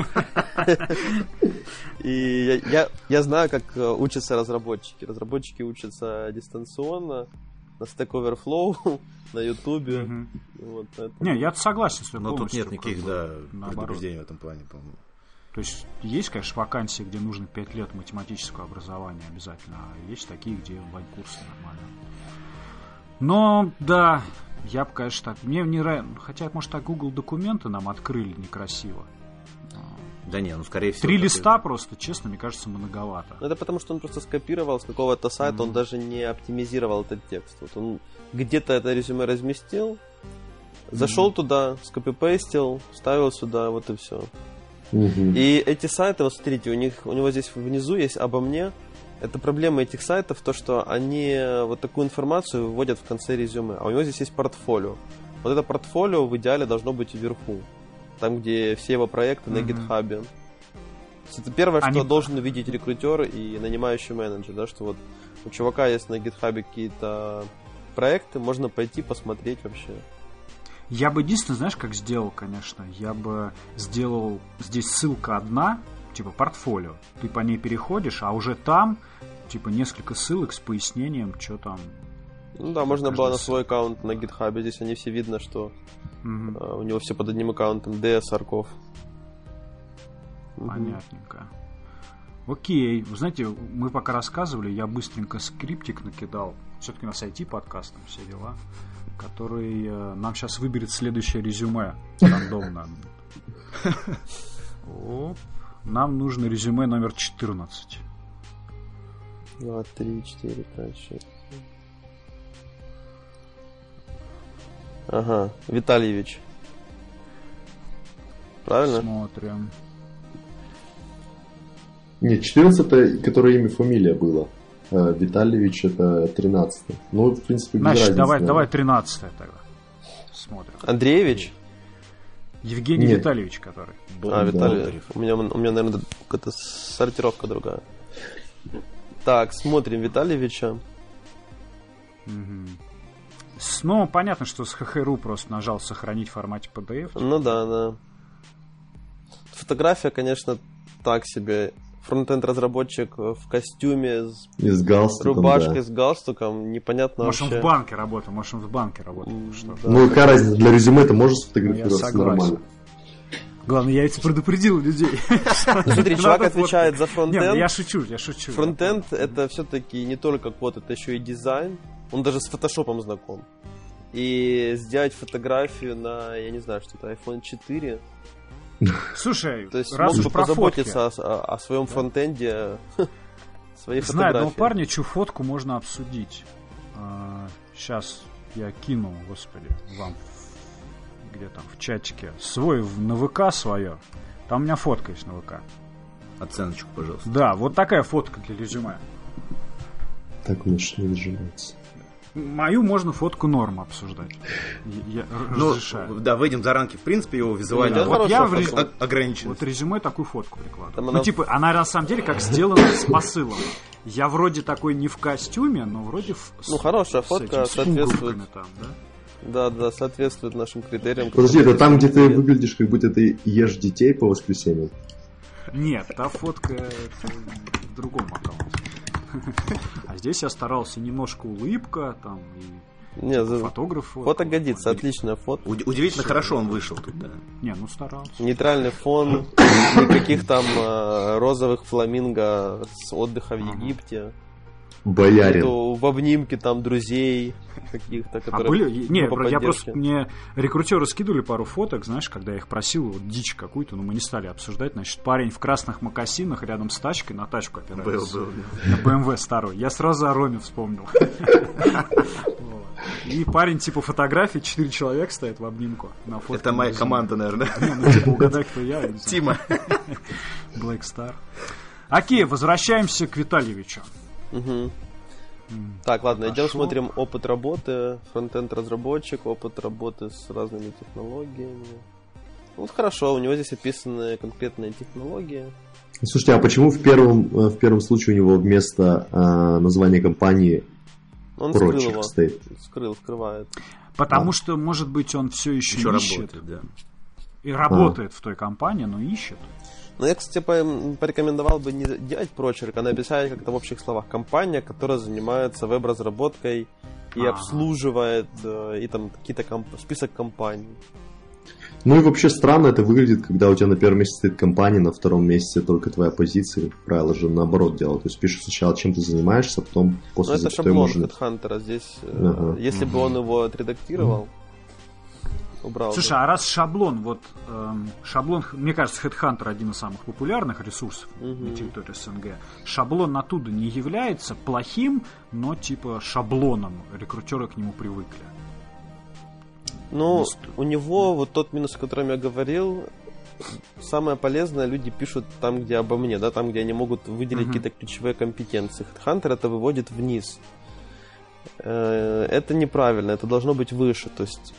И я, я, я знаю, как учатся разработчики. Разработчики учатся дистанционно, на Stack Overflow, на YouTube. Mm-hmm. Вот, не, я согласен с тобой. Но тут нет никаких, да, предупреждений в этом плане, по-моему. То есть есть, конечно, вакансии, где нужно пять лет математического образования обязательно, а есть такие, где онлайн-курсы нормально. Но, да, я бы, конечно, так... Мне не нравится... Хотя, может, так Google документы нам открыли некрасиво. Да не, ну скорее всего. Три листа просто, честно, мне кажется, многовато. Ну, это потому, что он просто скопировал с какого-то сайта, mm-hmm. он даже не оптимизировал этот текст. Вот он где-то это резюме разместил, зашел mm-hmm. туда, скопипейстил, вставил сюда, вот и все. Mm-hmm. И эти сайты, вот смотрите, у них, у него здесь внизу есть обо мне. Это проблема этих сайтов, то, что они вот такую информацию выводят в конце резюме. А у него здесь есть портфолио. Вот это портфолио в идеале должно быть вверху. Там, где все его проекты mm-hmm. на GitHub. Это первое, что Они... должен увидеть рекрутер и нанимающий менеджер, да, что вот у чувака есть на GitHub какие-то проекты, можно пойти посмотреть вообще. Я бы единственное, знаешь, как сделал, конечно, я бы сделал здесь ссылка одна, типа портфолио, ты по ней переходишь, а уже там типа несколько ссылок с пояснением, что там. Ну да, можно было на свой аккаунт на GitHub. Здесь они все видно, что Мгм. а, у него все под одним аккаунтом. ди эс Арков. Мгм. Понятненько. Окей, вы знаете, мы пока рассказывали, я быстренько скриптик накидал. Все-таки у нас ай ти-подкаст, там все дела. Который э, нам сейчас выберет следующее резюме рандомно. Оп. Нам нужно резюме номер четырнадцать. Два, три, четыре, пять, шесть. Ага, Витальевич. Правильно? Смотрим. Нет, четырнадцать это, которое имя, фамилия было. Э, Витальевич это тринадцатый. Ну, в принципе, без Значит, разницы, давай, наверное. давай тринадцатое тогда. Смотрим. Андреевич? Евгений Нет. Витальевич, который. А, Виталий. Болдырев. У меня, у меня, наверное, какая-то сортировка другая. Так, смотрим Витальевича. Мгм. С- Ну, понятно, что с ХХРУ просто нажал сохранить в формате пи ди эф. Ну да, да. Фотография, конечно, так себе. Фронтенд-разработчик в костюме с И с галстуком, рубашкой, да. с галстуком. Непонятно Может, он вообще. в банке работал, может, он в банке работал. М, Что? да. Ну, какая разница, для резюме ты можешь Ну, я сфотографироваться согласен. нормально. Главное, я ведь предупредил людей. Ну, смотри, Не чувак надо отвечает за Не, ну, фронтенд. я шучу, я шучу. Фронтенд это все-таки не только код, это еще и дизайн. Он даже с фотошопом знаком. И сделать фотографию на, я не знаю, что-то айфон четыре. Слушай, То есть раз мог уж бы про позаботиться о, о- о своем фронтенде, своей фотки. Знаю одного фотографии. парня, чью фотку можно обсудить. Сейчас я кину, господи, вам в- где там в чатике свой в- на ВК свое. Там у меня фотка есть на ВК. Оценочку, пожалуйста. Да, вот такая фотка для резюме. Так у меня что не нажимается. Мою можно фотку норм обсуждать. Я, я Ну, разрешаю. да, выйдем за рамки, в принципе, его визуально идет Вот хорошая я в фотка. рез- о- ограничен. Вот резюме такую фотку прикладываю. Там Ну, она- типа, она на самом деле как сделана с посылом. Я вроде такой не в костюме, но вроде в, с- Ну, хорошая с фотка, этим, с соответствует. пуговками там, да? Да, да, соответствует нашим критериям. Подожди, это которые там, где ты есть. выглядишь, как будто ты ешь детей по воскресеньям. Нет, та фотка это в другом аккаунте. А здесь я старался немножко улыбка, там, и Не, за- фотограф. фото годится, отличная фото. Уд- Удивительно хорошо он вышел тут, да. Не, ну старался. Нейтральный фон, никаких там э, розовых фламинго с отдыха в Египте. Боярин. Нету в обнимке там друзей каких-то, А которые... были... Не, по я поддержке. просто... Мне рекрутеры скидывали пару фоток, знаешь, когда я их просил, вот дичь какую-то, но мы не стали обсуждать. Значит, парень в красных мокасинах рядом с тачкой, на тачку опирается. Был, был. На бэ эм вэ старую. Я сразу о Роме вспомнил. Вот. И парень, типа, фотографии, четыре человека стоят в обнимку на фотке. Это моя команда, наверное. Не, ну, типа, угадай, кто я. я не знаю. Тима. Black Star. Окей, возвращаемся к Витальевичу. Мгм. Так, ладно, идем Хорошо. смотрим опыт работы, фронтенд-разработчик, опыт работы с разными технологиями. Вот хорошо, у него здесь описаны конкретные технологии. Слушайте, а почему в первом, э, в первом случае у него вместо э, названия компании Он скрыл прочих его. стоит? Скрыл, скрывает. Потому А. что, может быть, он все еще, Еще ищет. работает, да. И работает в той компании, но ищет. Но я, кстати, по- порекомендовал бы не делать прочерк, а написать как-то в общих словах. Компания, которая занимается веб-разработкой и А. обслуживает, э, и там какие-то комп- список компаний. Ну и вообще странно это выглядит, когда у тебя на первом месте стоит компания, на втором месте только твоя позиция. Как правило же наоборот делают. То есть пишешь сначала, чем ты занимаешься, а потом Но после это запятой шаблон можно... HeadHunter. Здесь, э, Ага. если бы он его отредактировал, убрал Слушай, бы. а раз шаблон, вот эм, шаблон, мне кажется, HeadHunter один из самых популярных ресурсов Мгм. на территории СНГ. Шаблон оттуда не является плохим, но типа шаблоном. Рекрутеры к нему привыкли. Ну, Просто- у него вот тот минус, о котором я говорил, самое полезное, люди пишут там, где обо мне, да, там, где они могут выделить Мгм. какие-то ключевые компетенции. HeadHunter это выводит вниз. Э, Это неправильно, это должно быть выше. То есть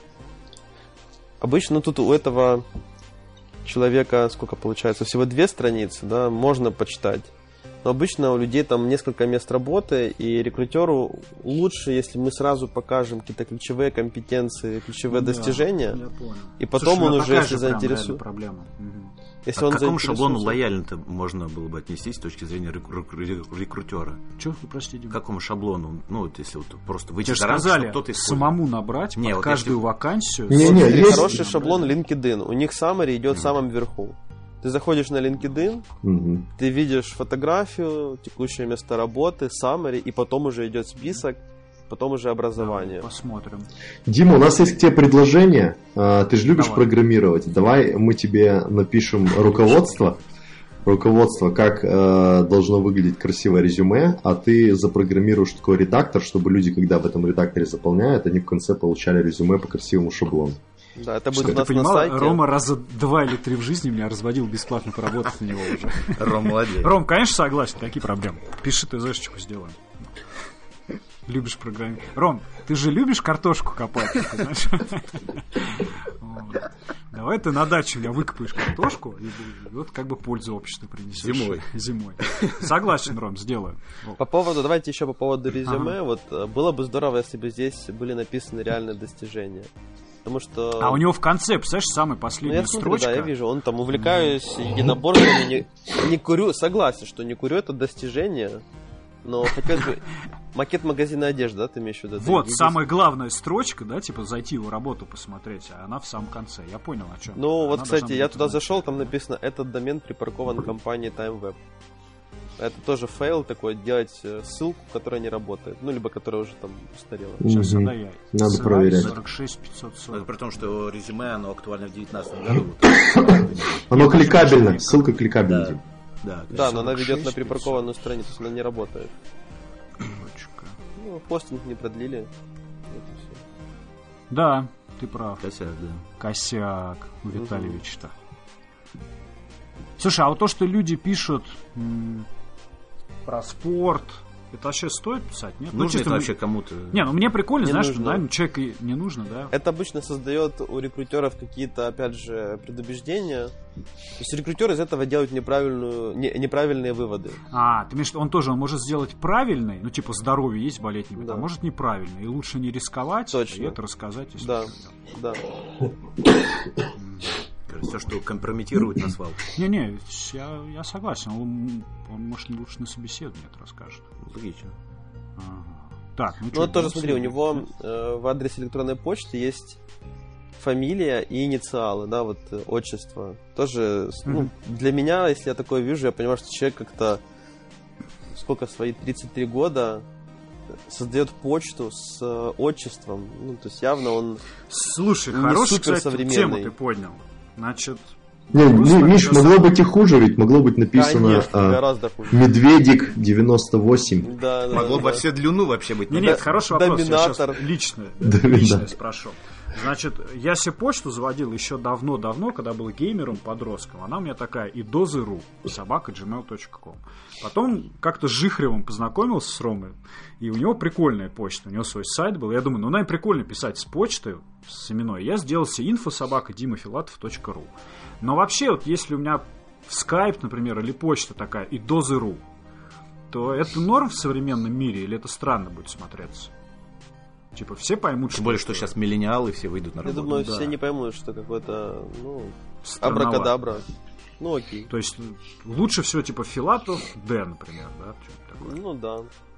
обычно тут у этого человека, сколько получается, всего две страницы, да, можно почитать. Но обычно у людей там несколько мест работы, и рекрутеру лучше, если мы сразу покажем какие-то ключевые компетенции, ключевые Да, достижения, я понял. и потом Слушай, он ну уже, такая если же прям заинтересует... реально проблема. Мгм. Если А он к какому шаблону заинтересуется- лояльно-то можно было бы отнестись с точки зрения рекру- рекру- рекрутера? Чё, прости, К Дима? какому шаблону? Ну, вот если вот просто выйти Тебе же за рамки, сказали чтобы кто-то использовал. самому набрать Не, под вот я каждую тебе- вакансию. Не, не, собственно, есть- Хороший набрать. шаблон LinkedIn. У них summary идет в самом верху. Ты заходишь на LinkedIn, Мгм. ты видишь фотографию, текущее место работы, summary, и потом уже идет список, потом уже образование. Посмотрим. Дима, у нас есть к тебе предложение. А, Ты же любишь Давай. программировать. Давай мы тебе напишем руководство. Руководство, как э, должно выглядеть красивое резюме, а ты запрограммируешь такой редактор, чтобы люди, когда в этом редакторе заполняют, они в конце получали резюме по красивому шаблону. Да, это будет Чтобы у ты нас на понимал, сайте. Рома раза два или три в жизни меня разводил бесплатно поработать на него уже. Ром, молодец. Ром, конечно, согласен, такие проблемы. Пиши ты зашечку сделаем. Любишь программировать. Ром, ты же любишь картошку копать, ты знаешь? Вот. Давай ты на даче у меня выкопаешь картошку и вот как бы пользу обществу принесешь. Зимой. Зимой. Согласен, Ром, сделаю. По поводу, давайте еще по поводу резюме. Ага. Вот э, было бы здорово, если бы здесь были написаны реальные достижения. Потому что... А у него в конце, представляешь, самая Ну, последняя я смотрю, строчка. да, я вижу, он там увлекаюсь единоборствами, не, не курю, согласен, что не курю, это достижение, но хотелось бы... Макет магазина одежды, да, ты имеешь в виду? Это Вот, видишь? самая главная строчка, да, типа зайти его работу посмотреть, а она в самом конце. Я понял, о чем. Ну, вот, кстати, я туда зашел, там написано, этот домен припаркован компанией TimeWeb. Это тоже фейл такой, делать э, ссылку, которая не работает. Ну, либо которая уже там устарела. Сейчас, Мгм. да, я. Надо Ссылай проверять. сорок шесть пятьсот сорок. Это при том, что резюме, оно актуально в девятнадцатом году. Оно Я кликабельно, даже- ссылка кликабельна. Да. Дима. Да, Да, но она сорок ведет шесть на припаркованную страницу, она не работает. Точка. Ну, постинг не продлили. Вот и всё. Да, ты прав. косяк, да. Косяк у Витальевича-то. Слушай, а вот то, что люди пишут м, про спорт, это вообще стоит писать, нет? Ну, Нужно чисто это мы- вообще кому-то? Не, ну мне прикольно, Не знаешь, нужно. наверное, человеку и не нужно, да? Это обычно создает у рекрутеров какие-то, опять же, предубеждения. То есть рекрутеры из этого делают неправильную, не- неправильные выводы. А, ты имеешь в виду, он тоже он может сделать правильный, ну, типа, здоровье есть, болеть не будет, Да. а может неправильный. И лучше не рисковать, Точно. и это рассказать. Если Да, что. да. Все, что компрометирует на свалке. Не-не, я, я согласен. Он, он, может, лучше на собеседовании это расскажет. Логично. Ага. Так, ну, Ну чё, вот тоже будем смотри, у следить? него э, в адресе электронной почты есть фамилия и инициалы, да, вот э, отчество. Тоже, с- ну, Мгм. для меня, если я такое вижу, я понимаю, что человек как-то, сколько, свои тридцать три года создает почту с э, отчеством. Ну, то есть явно он... Слушай, Не хорошую, супер кстати, современный. тему ты поднял. Значит, Не, просто не, Миш, сейчас- могло быть и хуже, ведь могло быть написано Конечно, а, гораздо хуже. Медведик девяносто восемь. Да, да, Могло да, во да. всю длину вообще быть. Не, Ну, нет, да. хороший вопрос. Я сейчас Доминатор. лично, Доминатор. лично спрошу. Значит, я себе почту заводил еще давно-давно, когда был геймером, подростком. Она у меня такая идозы.ру, собака gmail точка ком. Потом как-то с Жихревым познакомился с Ромой, и у него прикольная почта, у него свой сайт был. Я думаю, ну, наверное, прикольно писать с почты, с именной. Я сделал себе инфо собака димафилатов точка ру. Но вообще, вот если у меня в скайп, например, или почта такая идозы.ру, то это норм в современном мире или это странно будет смотреться? Типа все поймут, Тем более, что это сейчас миллениалы все выйдут на Я работу. думаю, да. все не поймут, что какой-то, ну, странновато. абракадабра. Ну, окей. То есть лучше всего типа Филатов Д, например, да? Что-то такое. Ну, да.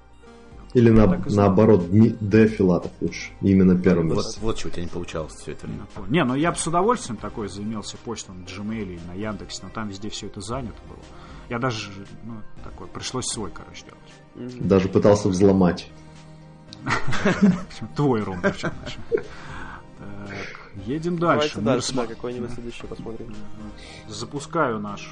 Или на- Так и знал. наоборот, Дни- Д. Филатов лучше. Именно первым. Вот, вот чего у тебя не получалось все это время. Не, ну я бы с удовольствием такой заимелся почту на Gmail или на Яндексе, но там везде все это занято было. Я даже, ну, такой, пришлось свой, короче, делать. Мгм. Даже пытался взломать. Твой, Ром, причем. значит. Так, едем дальше. Давайте Мы дальше, да, рассма- какой-нибудь следующий посмотрим. Запускаю наш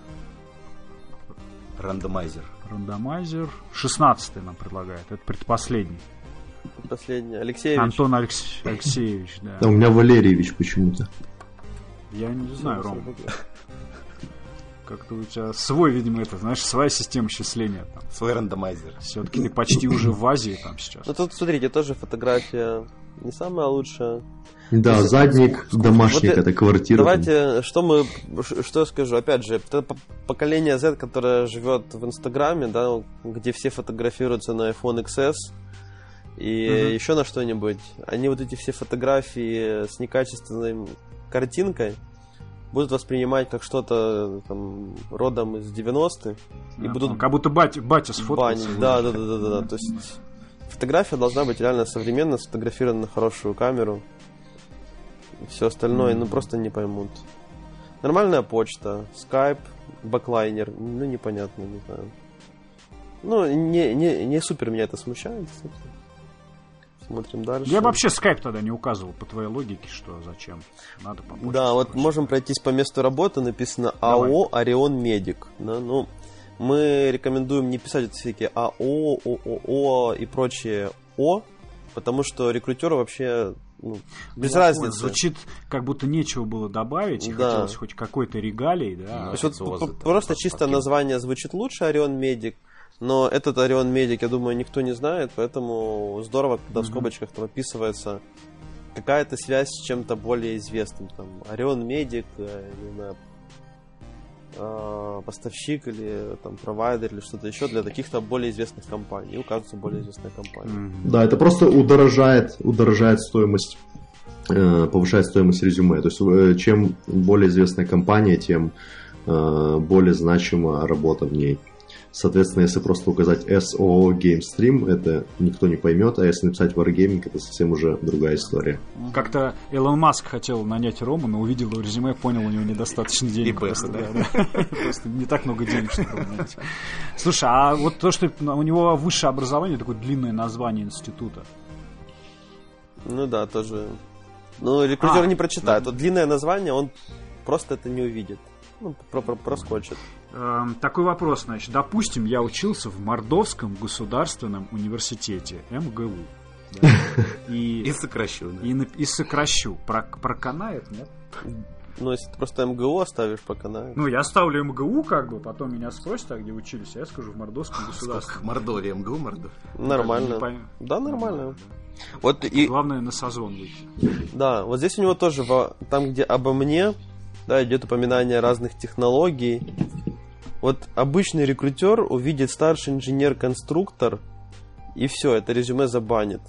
Рандомайзер. рандомайзер. шестнадцатый нам предлагает. Это предпоследний. Последний. Алексеевич. Антон Алекс- Алексеевич, да. А у меня Валерьевич почему-то. Я не знаю, Ром. Как-то у тебя свой, видимо, это, знаешь, своя система счисления там. Свой рандомайзер. Все-таки ты почти уже в Азии там сейчас. Ну, тут, смотрите, тоже фотография не самая лучшая. Да, есть, задник, домашний, вот это квартира. Давайте, там. что мы, что я скажу, опять же, это поколение Z, которое живет в Инстаграме, да, где все фотографируются на айфон икс эс и угу. еще на что-нибудь. Они вот эти все фотографии с некачественной картинкой будут воспринимать как что-то там родом из девяностых. И а, будут как будто батя, батя сфоткался. Да, да, да, да, да, да. То есть фотография должна быть реально современно, сфотографирована на хорошую камеру. Все остальное, mm-hmm. ну, просто не поймут. Нормальная почта, скайп, бэклайнер, ну, непонятно, не знаю. Ну, не, не, не супер меня это смущает, кстати. Смотрим дальше. Я вообще скайп тогда не указывал, по твоей логике, что зачем. Надо по почте. Да, вот можем пройтись по месту работы, написано АО «Орион Медик». Да, ну, мы рекомендуем не писать эти всякие АО, ООО и прочие О, потому что рекрутеры вообще... Ну, без ну, разницы. Звучит, как будто нечего было добавить, и да. хотелось хоть какой-то регалий, да. То есть вот просто чисто название звучит лучше Орион Медик, но этот Орион Медик, я думаю, никто не знает, поэтому здорово, когда mm-hmm. в скобочках там описывается какая-то связь с чем-то более известным. Там Орион Медик, не знаю, поставщик или там провайдер или что-то еще для таких-то более известных компаний. И указывается более известная компания. Mm-hmm. Да, это просто удорожает, удорожает стоимость, э, повышает стоимость резюме. То есть э, чем более известная компания, тем э, более значима работа в ней. Соответственно, если просто указать эс о о GameStream, это никто не поймет, а если написать Wargaming, это совсем уже другая история. Как-то Илон Маск хотел нанять Рому, но увидел его резюме, понял, у него недостаточно денег. Просто, да, да. Просто не так много денег, чтобы нанять. Слушай, а вот то, что у него высшее образование, такое длинное название института. Ну да, тоже. Ну, рекрутер а, не прочитает. Да. Вот длинное название, он просто это не увидит. Ну, проскочит. Эм, такой вопрос, значит. Допустим, я учился в Мордовском государственном университете, эм гэ у. Да? И, и сокращу. Да. И, и сокращу. Про, проканает, нет? Ну, если ты просто эм гэ у оставишь, проканает. Ну, я оставлю эм гэ у, как бы, потом меня спросят, а где учились, я скажу в Мордовском государственном. Мордовия, эм гэ у, Мордовия. Нормально. Пойм... Да, нормально. нормально да. Вот и... Главное на созвон выйти. Да, вот здесь у него тоже, там, где обо мне, да, идет упоминание разных технологий. Вот обычный рекрутер увидит старший инженер-конструктор, и все, это резюме забанит.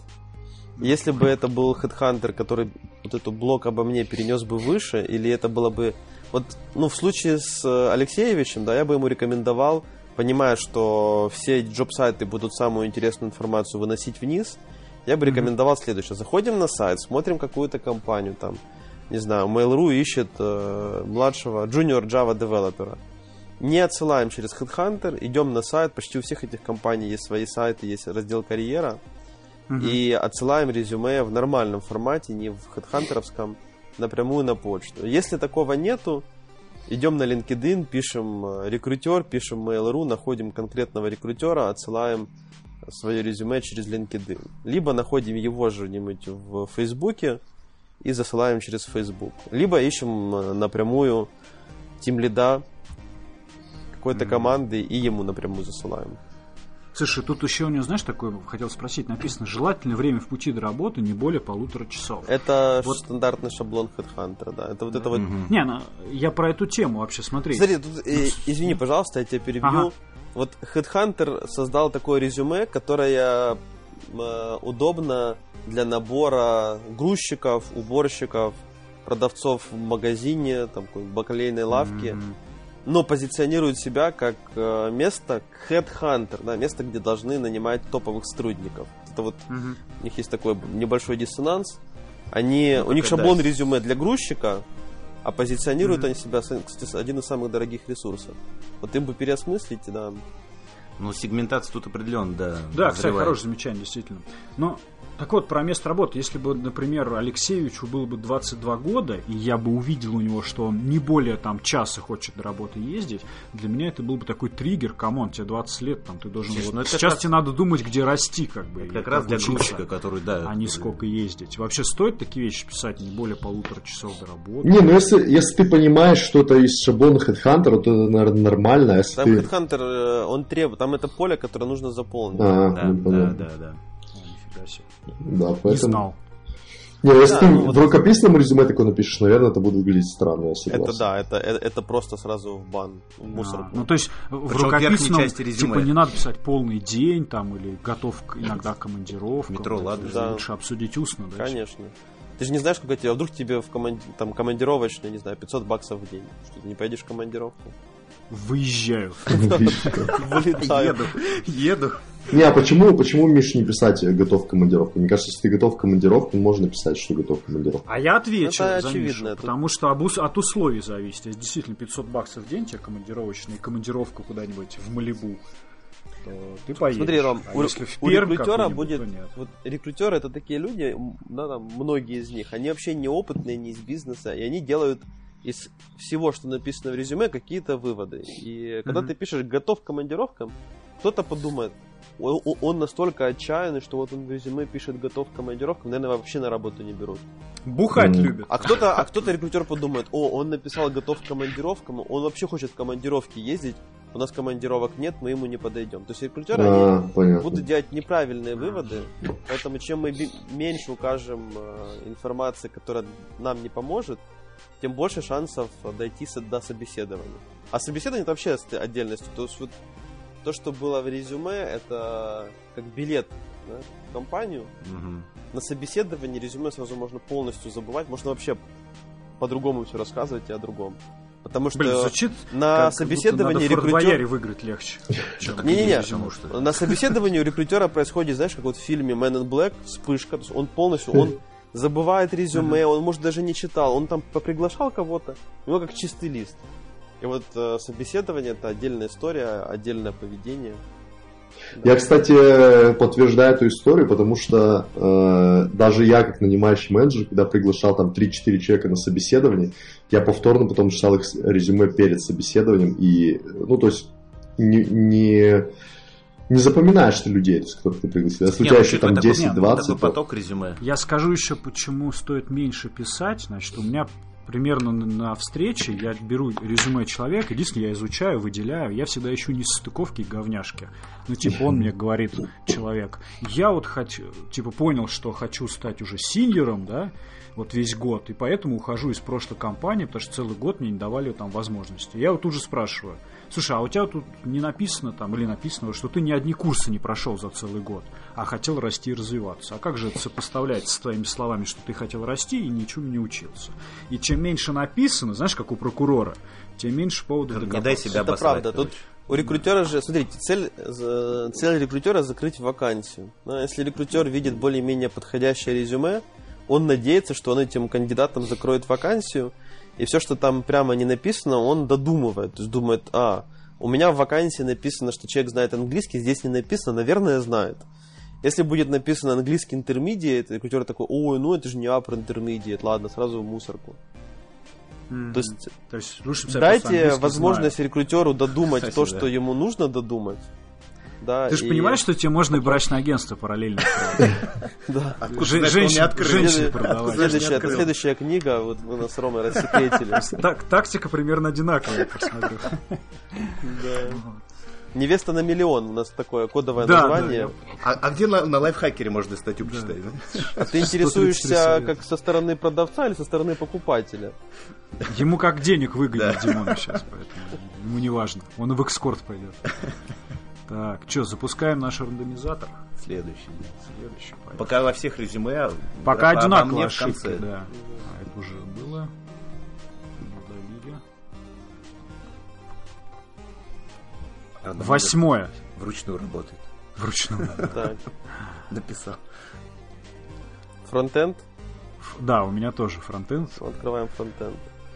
Если бы это был HeadHunter, который вот эту блок обо мне перенес бы выше, или это было бы... Вот, ну, в случае с Алексеевичем, да, я бы ему рекомендовал, понимая, что все джоб-сайты будут самую интересную информацию выносить вниз, я бы рекомендовал следующее. Заходим на сайт, смотрим какую-то компанию, там, не знаю, Mail.ru ищет э, младшего junior Java девелопера. Не отсылаем через HeadHunter, идем на сайт, почти у всех этих компаний есть свои сайты, есть раздел карьера, uh-huh. и отсылаем резюме в нормальном формате, не в HeadHunter'овском, напрямую на почту. Если такого нету, идем на LinkedIn, пишем рекрутер, пишем Mail.ru, находим конкретного рекрутера, отсылаем свое резюме через LinkedIn. Либо находим его же где-нибудь в Фейсбуке и засылаем через Facebook. Либо ищем напрямую тимлида какой-то команды и ему напрямую засылаем. Слушай, тут еще у него, знаешь, такое, хотел спросить, написано, желательное время в пути до работы не более полутора часов. Это вот стандартный шаблон HeadHunter, да. Это вот это вот... Не, ну, я про эту тему вообще, смотри. Смотри, тут, э, извини, пожалуйста, я тебя перебью. Ага. Вот HeadHunter создал такое резюме, которое э, удобно для набора грузчиков, уборщиков, продавцов в магазине, там, бакалейной лавки. Mm-hmm. Но позиционирует себя как э, место headhunter, да, место, где должны нанимать топовых сотрудников. Это вот uh-huh. у них есть такой небольшой диссонанс. Они, ну, у них шаблон да. резюме для грузчика, а позиционируют uh-huh. они себя, кстати, один из самых дорогих ресурсов. Вот им бы переосмыслить, да. Ну, сегментация тут определенно, да. Да, кстати, хорошее замечание, действительно. Но так вот, про место работы. Если бы, например, Алексеевичу было бы двадцать два года, и я бы увидел у него, что он не более там часа хочет до работы ездить, для меня это был бы такой триггер. Камон, тебе двадцать лет, там ты должен... Слушай, вот, сейчас раз... тебе надо думать, где расти, как бы. Это как раз для грузчика, который, да... А не сколько ездить. Вообще стоит такие вещи писать не более полутора часов до работы? Не, ну если, если ты понимаешь что-то из шаблона HeadHunter, то это, наверное, нормально. Если там ты... HeadHunter, он требует, там это поле, которое нужно заполнить. А, да, ну, да, да, да. О, нифига себе. Да, поэтому... Не знал. Не, если Да, ты ну в вот- рукописном резюме такое напишешь, наверное, это будет выглядеть странно, я согласен. Это да, это, это, это просто сразу в бан, в мусорку. А, ну, то есть, в Причем в верхней рукописном, части резюме. типа, не надо писать полный день, там, или готов к- иногда командировка. Метро, вот, ладно. Да. Лучше обсудить устно, да? Конечно. Ты же не знаешь, сколько тебе, а вдруг тебе в команди... там командировочный, не знаю, пятьсот баксов в день. Что, ты не поедешь в командировку? Выезжаю. Вылетаю. Еду, еду. Не, а почему, почему, Миш, не писать э, готов к командировке? Мне кажется, если ты готов к командировке, можно писать, что готов к командировке. А я отвечу Это за очевидно, Мишу, тут- потому что об ус- от условий зависит. Если действительно пятьсот баксов в день тебе командировочная, и командировка куда-нибудь в Малибу, то ты поедешь. Смотри, Ром, а у, если в у Пермь рекрутера какую-нибудь, будет... то нет. Вот рекрутеры это такие люди, м, да, там, многие из них, они вообще неопытные, не из бизнеса, и они делают из всего, что написано в резюме, какие-то выводы. И когда Мгм. ты пишешь «готов к командировкам», кто-то подумает, он, он настолько отчаянный, что вот он в резюме пишет «готов к командировкам», наверное, вообще на работу не берут. Бухать Мгм. любят. А кто-то, а кто-то рекрутер подумает, о, он написал «готов к командировкам», он вообще хочет в командировки ездить, у нас командировок нет, мы ему не подойдем. То есть рекрутеры, они А, понятно. будут делать неправильные выводы, поэтому чем мы би- меньше укажем э, информации, которая нам не поможет, тем больше шансов дойти со- до собеседования. А собеседование это вообще ст- отдельная история. То есть вот то, что было в резюме, это как билет, да, в компанию. Мгм. На собеседовании резюме сразу можно полностью забывать, можно вообще по-другому все рассказывать и о другом. Потому что Блин, звучит на как собеседовании будто надо в Форт Бояре рекрутер... выиграть легче, чем Не-не-не, резюме, что ли. на собеседовании у рекрутера происходит, знаешь, как вот в фильме Man in Black, вспышка, то есть он полностью, он забывает резюме, он, может, даже не читал, он там поприглашал кого-то, у него как чистый лист. И вот э, собеседование — это отдельная история, отдельное поведение. Я, кстати, подтверждаю эту историю, потому что э, даже я, как нанимающий менеджер, когда приглашал там три-четыре человека на собеседование, я повторно потом читал их резюме перед собеседованием, и, ну, то есть, не, не, не запоминаешь ты людей, то есть, которых ты пригласил. Если у тебя Не, еще там учитывая такой- десять-двадцать, такой то... поток резюме. Я скажу еще, почему стоит меньше писать. Значит, у меня примерно на, на встрече я беру резюме человека, единственное, я изучаю, выделяю, я всегда ищу несостыковки и говняшки. Ну, типа, он мне говорит, человек, я вот хочу, типа, понял, что хочу стать уже синьором, да, вот весь год, и поэтому ухожу из прошлой компании, потому что целый год мне не давали там возможности. Я вот тут же спрашиваю, слушай, а у тебя тут не написано там, или написано, что ты ни одни курсы не прошел за целый год, а хотел расти и развиваться. А как же это сопоставлять с твоими словами, что ты хотел расти и ничему не учился? И чем меньше написано, знаешь, как у прокурора, тем меньше поводов Не докопаться. дай себя Это обосрать. правда. Тут короче. у рекрутера же, смотрите, цель, за- цель рекрутера закрыть вакансию. Да, если рекрутер видит более-менее подходящее резюме, он надеется, что он этим кандидатам закроет вакансию, и все, что там прямо не написано, он додумывает. То есть думает, а, у меня в вакансии написано, что человек знает английский, здесь не написано, наверное, знает. Если будет написано английский intermediate, рекрутер такой, ой, ну это же не upper intermediate, ладно, сразу в мусорку. Мгм. То есть То есть лучше писать просто дайте английский возможность рекрутеру додумать Кстати, то, да. что ему нужно додумать. Да, Ты же и- понимаешь, что тебе можно и брачное агентство параллельно открывать? Да. Откуда Же- знаешь, что он не женщин- открыл? женщин Следующая- продавать. Следующая, не это открыл. следующая книга, вот вы нас с Ромой рассекретили. Так, тактика примерно одинаковая, я посмотрю. Невеста на миллион, у нас такое кодовое Да, название. А, а где на, на лайфхакере можно статью почитать? да? А ты сто тридцать три интересуешься совета. как со стороны продавца или со стороны покупателя? Ему как денег выгонять Димона сейчас, поэтому ему не важно. Он и в экскорт пойдет. Так, что, запускаем наш рандомизатор? Следующий. Следующий, поехали. Пока во всех резюме. Пока обо одинаково мне в ошибки, конце. да. А это уже было. Удалили. Рандомизатор Восьмое. Вручную работает. Вручную. Так. Написал. Фронтенд. Да, у меня тоже фронтенд. Открываем фронтенд.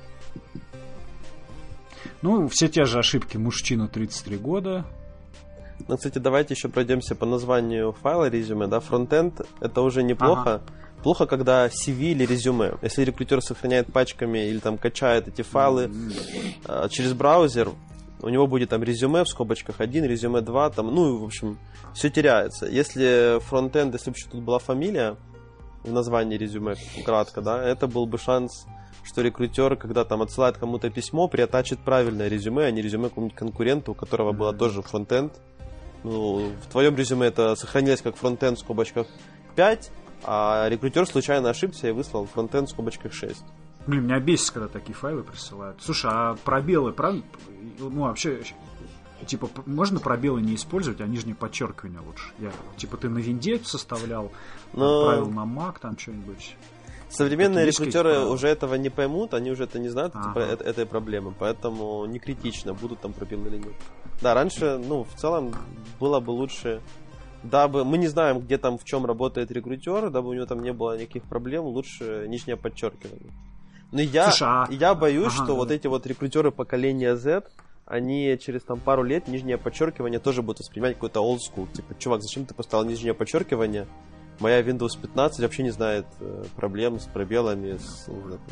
Ну, все те же ошибки. Мужчина тридцать три года. Ну, кстати, давайте еще пройдемся по названию файла резюме. Да, фронтенд это уже неплохо. Плохо, когда си ви или резюме. Если рекрутер сохраняет пачками или там качает эти файлы э, через браузер, у него будет там резюме в скобочках один, резюме два, там, ну, в общем, все теряется. Если фронтенд, если бы еще тут была фамилия в названии резюме, кратко, да, это был бы шанс, что рекрутер, когда там отсылает кому-то письмо, приотачит правильное резюме, а не резюме какому-нибудь конкуренту, у которого было тоже фронтенд. Ну, в твоем резюме это сохранилось как фронтенд в скобочках пять, а рекрутер случайно ошибся и выслал фронтенд в скобочках шесть. Блин, меня бесит, когда такие файлы присылают. Слушай, а пробелы, правильно? Ну, вообще, типа, можно пробелы не использовать, а нижнее подчеркивание лучше. Я, типа, ты на винде составлял, Но... отправил на Mac, там что-нибудь. Современные рекрутеры уже этого не поймут, они уже это не знают, ага. это, этой проблемы, поэтому не критично, будут там пробелы или нет. Да, раньше, ну, в целом, было бы лучше, дабы мы не знаем, где там, в чем работает рекрутер, дабы у него там не было никаких проблем, лучше нижнее подчеркивание. Но я, Слушай, а... я боюсь, ага, что да. вот эти вот рекрутеры поколения Z, они через там пару лет нижнее подчеркивание тоже будут воспринимать какой-то old school. Типа, чувак, зачем ты поставил нижнее подчеркивание? Моя Windows пятнадцать вообще не знает э, проблем с пробелами. С...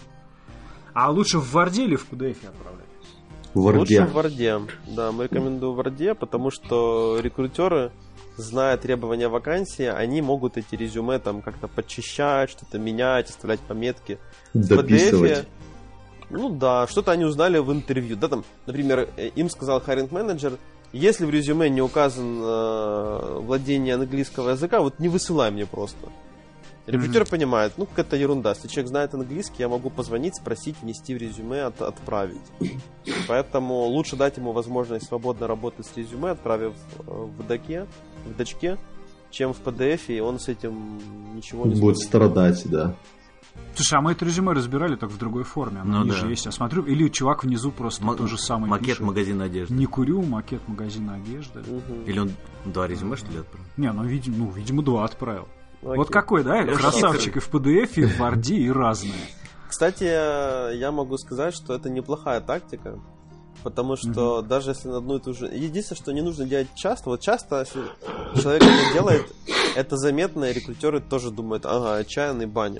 А лучше в Word или в пи ди эф отправлять? В Word. Лучше в Word. Да, мы рекомендуем в Word, потому что рекрутеры, зная требования вакансии, они могут эти резюме там как-то подчищать, что-то менять, оставлять пометки. Дописывать. В пи ди эф, ну да, что-то они узнали в интервью. Да, там, например, им сказал хайринг-менеджер, если в резюме не указан э, владение английского языка, вот не высылай мне просто. Рекрутер mm-hmm. понимает, ну какая-то ерунда. Если человек знает английский, я могу позвонить, спросить, внести в резюме, от, отправить. Поэтому лучше дать ему возможность свободно работать с резюме, отправив в доке, в дочке, чем в пи ди эф, и он с этим ничего не будет страдать, да. Слушай, а мы это резюме разбирали так в другой форме. Оно ну, ниже да. есть. Я смотрю, или чувак внизу просто М- то же самое макет пишет. Магазина одежды. Не курю, макет магазина одежды. Угу. Или он два резюме, что ли, отправил? Не, ну, видимо, ну, видимо, два отправил. Окей. Вот какой, да? Я красавчик и в пи ди эф, и в Word, и разные. Кстати, я могу сказать, что это неплохая тактика. Потому что mm-hmm. даже если на одну и ту же... Единственное, что не нужно делать часто. Вот часто, если человек это делает, это заметно, и рекрутеры тоже думают, ага, отчаянный баним.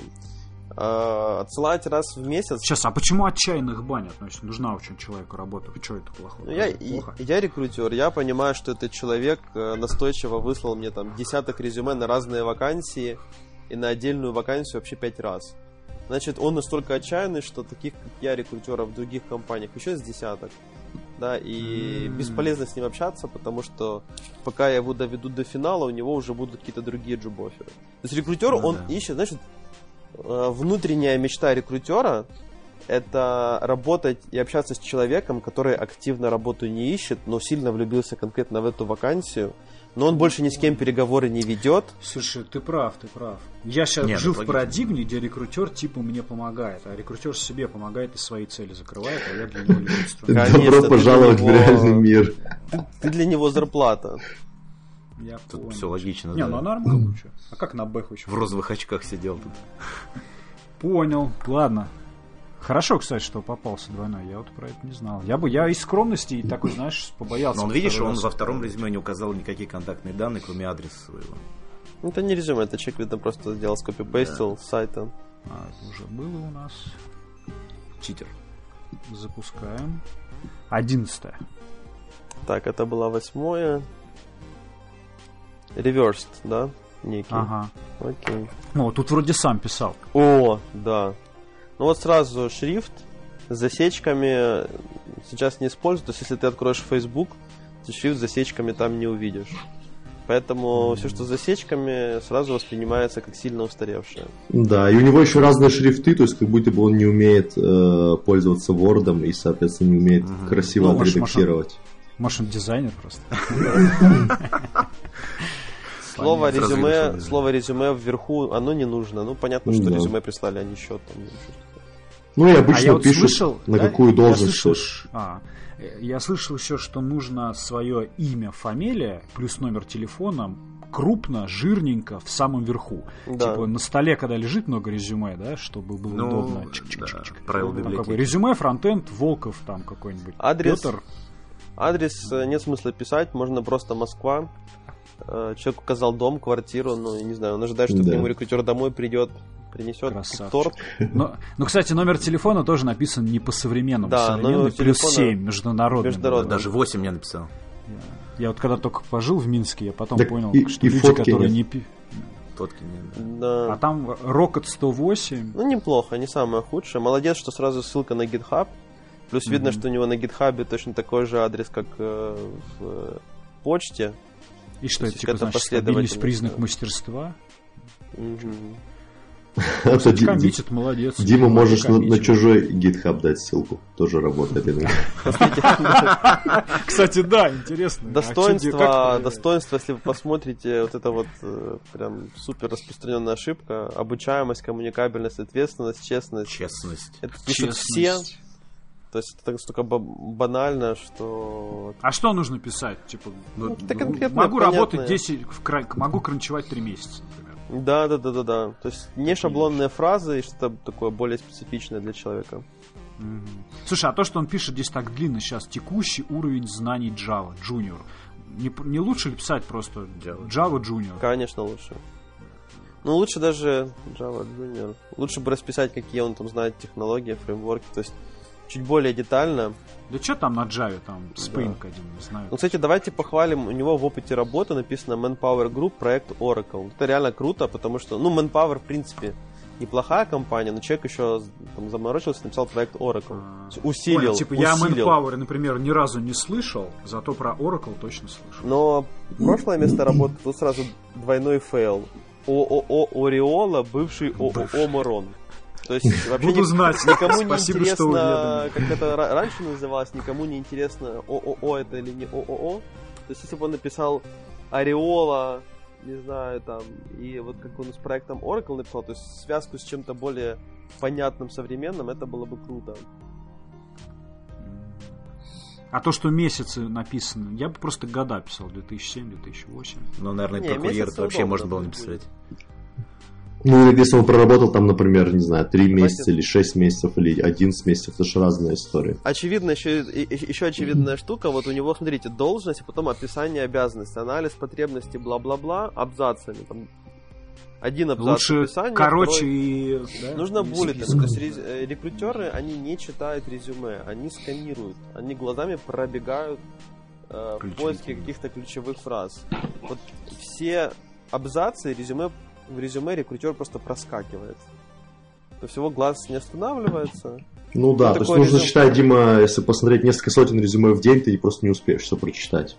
А, отсылать раз в месяц... Сейчас, а почему отчаянных банят? Значит, нужна очень человеку работа. Что это плохое? Ну, я, плохо? я рекрутер, я понимаю, что этот человек настойчиво выслал мне там десяток резюме на разные вакансии, и на отдельную вакансию вообще пять раз. Значит, он настолько отчаянный, что таких, как я, рекрутеров в других компаниях еще с десяток. Да, и mm-hmm. бесполезно с ним общаться, потому что пока я его доведу до финала, у него уже будут какие-то другие джоб-офферы. То есть рекрутер, ну, он да. ищет, значит, внутренняя мечта рекрутера — это работать и общаться с человеком, который активно работу не ищет, но сильно влюбился конкретно в эту вакансию, но он больше ни с кем переговоры не ведет. Слушай, ты прав, ты прав. Я сейчас Нет, жил в парадигме, где рекрутер типа мне помогает, а рекрутер себе помогает и свои цели закрывает, а я для него лишь инструмент. Добро пожаловать в реальный мир. Ты, ты для него зарплата. Я тут понял. Все логично. Не, да. ну нормально. А как на бэху еще? В розовых очках сидел тут. Понял, ладно. Хорошо, кстати, что попался двойной. Я вот про это не знал. Я бы, я из скромности и такой, знаешь, побоялся. Но он, видишь, он во втором резюме не указал никакие контактные данные, кроме адреса своего. Это не резюме, это человек, видно, просто сделал скопипейстил да. с сайта. А, это уже было у нас. Читер. Запускаем. Одиннадцатое. Так, это было восьмое. Reversed, да? Некий. Ага. Окей. О, тут вроде сам писал. О, да. Ну вот сразу шрифт с засечками сейчас не используют. То есть если ты откроешь Facebook, то шрифт с засечками там не увидишь. Поэтому mm-hmm. все, что с засечками, сразу воспринимается как сильно устаревшее. Да, и у него еще разные шрифты, то есть как будто бы он не умеет э, пользоваться Word и, соответственно, не умеет mm-hmm. красиво ну, отредактировать. Может, он дизайнер просто. Слово резюме, слово резюме вверху, оно не нужно. Ну, понятно, что да. резюме прислали, они счет там. Ну, и обычно а я вот пишут, слышал, на да, какую должность. Я слышал, а, я слышал еще, что нужно свое имя, фамилия, плюс номер телефона крупно, жирненько в самом верху. Да. Типа на столе, когда лежит много резюме, да, чтобы было ну, удобно. Чик-чик-чик-чик. Да, правила библиотеки. Резюме, фронтенд, Волков там какой-нибудь. Адрес, Петр. Адрес нет смысла писать, можно просто Москва. Человек указал дом, квартиру, ну, я не знаю, он ожидает, что да. к нему рекрутер домой придет, принесет Красавчик. торт. Но, ну, кстати, номер телефона тоже написан не по-современному, да, современный, плюс семь, международный. международный. Даже восемь я написал. Я, я вот когда только пожил в Минске, я потом так понял, и, что и люди, которые нет. не... Фотки нет. Да. А там Rocket сто восемь. Ну, неплохо, не самое худшее. Молодец, что сразу ссылка на GitHub. Плюс mm-hmm. видно, что у него на GitHub точно такой же адрес, как э, в э, почте. И что это, типа, значит, стабильность признак мастерства? Мгм. Это Ди- Ди- Коммитит, молодец. Дима, можешь на, на Коммитит. чужой GitHub дать ссылку. Тоже работает, я думаю. Кстати, да, интересно. Достоинство, достоинство, если вы посмотрите, вот это вот э, прям супер распространенная ошибка, обучаемость, коммуникабельность, ответственность, честность. Честность. Это пишут все. То есть это настолько ба- банально, что... А что нужно писать? Типа, Ну, это конкретно могу понятное. работать десять, в край- могу кранчевать три месяца, например. Да, да, да, да, да. То есть не шаблонные фразы и что-то такое более специфичное для человека. Мгм. Слушай, а то, что он пишет здесь так длинно сейчас, текущий уровень знаний Java, Junior, не, п- не лучше ли писать просто Java. Java Junior? Конечно, лучше. Ну, лучше даже Java Junior. Лучше бы расписать, какие он там знает технологии, фреймворки. То есть чуть более детально. Да что там на Java, там Spring один, не знаю. Ну, кстати, давайте похвалим. У него в опыте работы написано Manpower Group, проект Oracle. Это реально круто, потому что, ну, Manpower, в принципе, неплохая компания, но человек еще там заморочился, написал проект Oracle. А, Усилил, Понял, типа я усилил. Manpower, например, ни разу не слышал, зато про Oracle точно слышал. Но прошлое место работы тут сразу двойной фейл. ООО Ореола, бывший ООО Морон. То есть вообще Буду ни- знать. никому не Спасибо, что интересно, уведомили. как это ра- раньше называлось, никому не интересно, ООО это или не ООО. То есть если бы он написал Ореола, не знаю, там, и вот как он с проектом Oracle написал, то есть связку с чем-то более понятным, современным, это было бы круто. А то, что месяцы написаны, я бы просто года писал, две тысячи седьмой - две тысячи восьмой. Ну, наверное, Не, про курьер месяц вообще удобно можно было будет. написать. Ну, или если он проработал там, например, не знаю, три Давайте- месяца или шесть месяцев, или одиннадцать месяцев, это же разная история. Очевидно, еще, еще очевидная штука, вот у него, смотрите, должность, а потом описание обязанностей, анализ потребностей, бла-бла-бла, абзацами, там, один абзац Лучше описания, короче второй- и... да, Нужно и буллеты. список. То есть рез- э, рекрутеры, они не читают резюме, они сканируют, они глазами пробегают э, в Ключевики. поиске каких-то ключевых фраз. Вот все абзацы резюме, в резюме рекрутер просто проскакивает. То есть его глаз не останавливается. Ну да, Ну, то есть такой нужно резюме. считать, Дима, если посмотреть несколько сотен резюме в день, ты просто не успеешь все прочитать.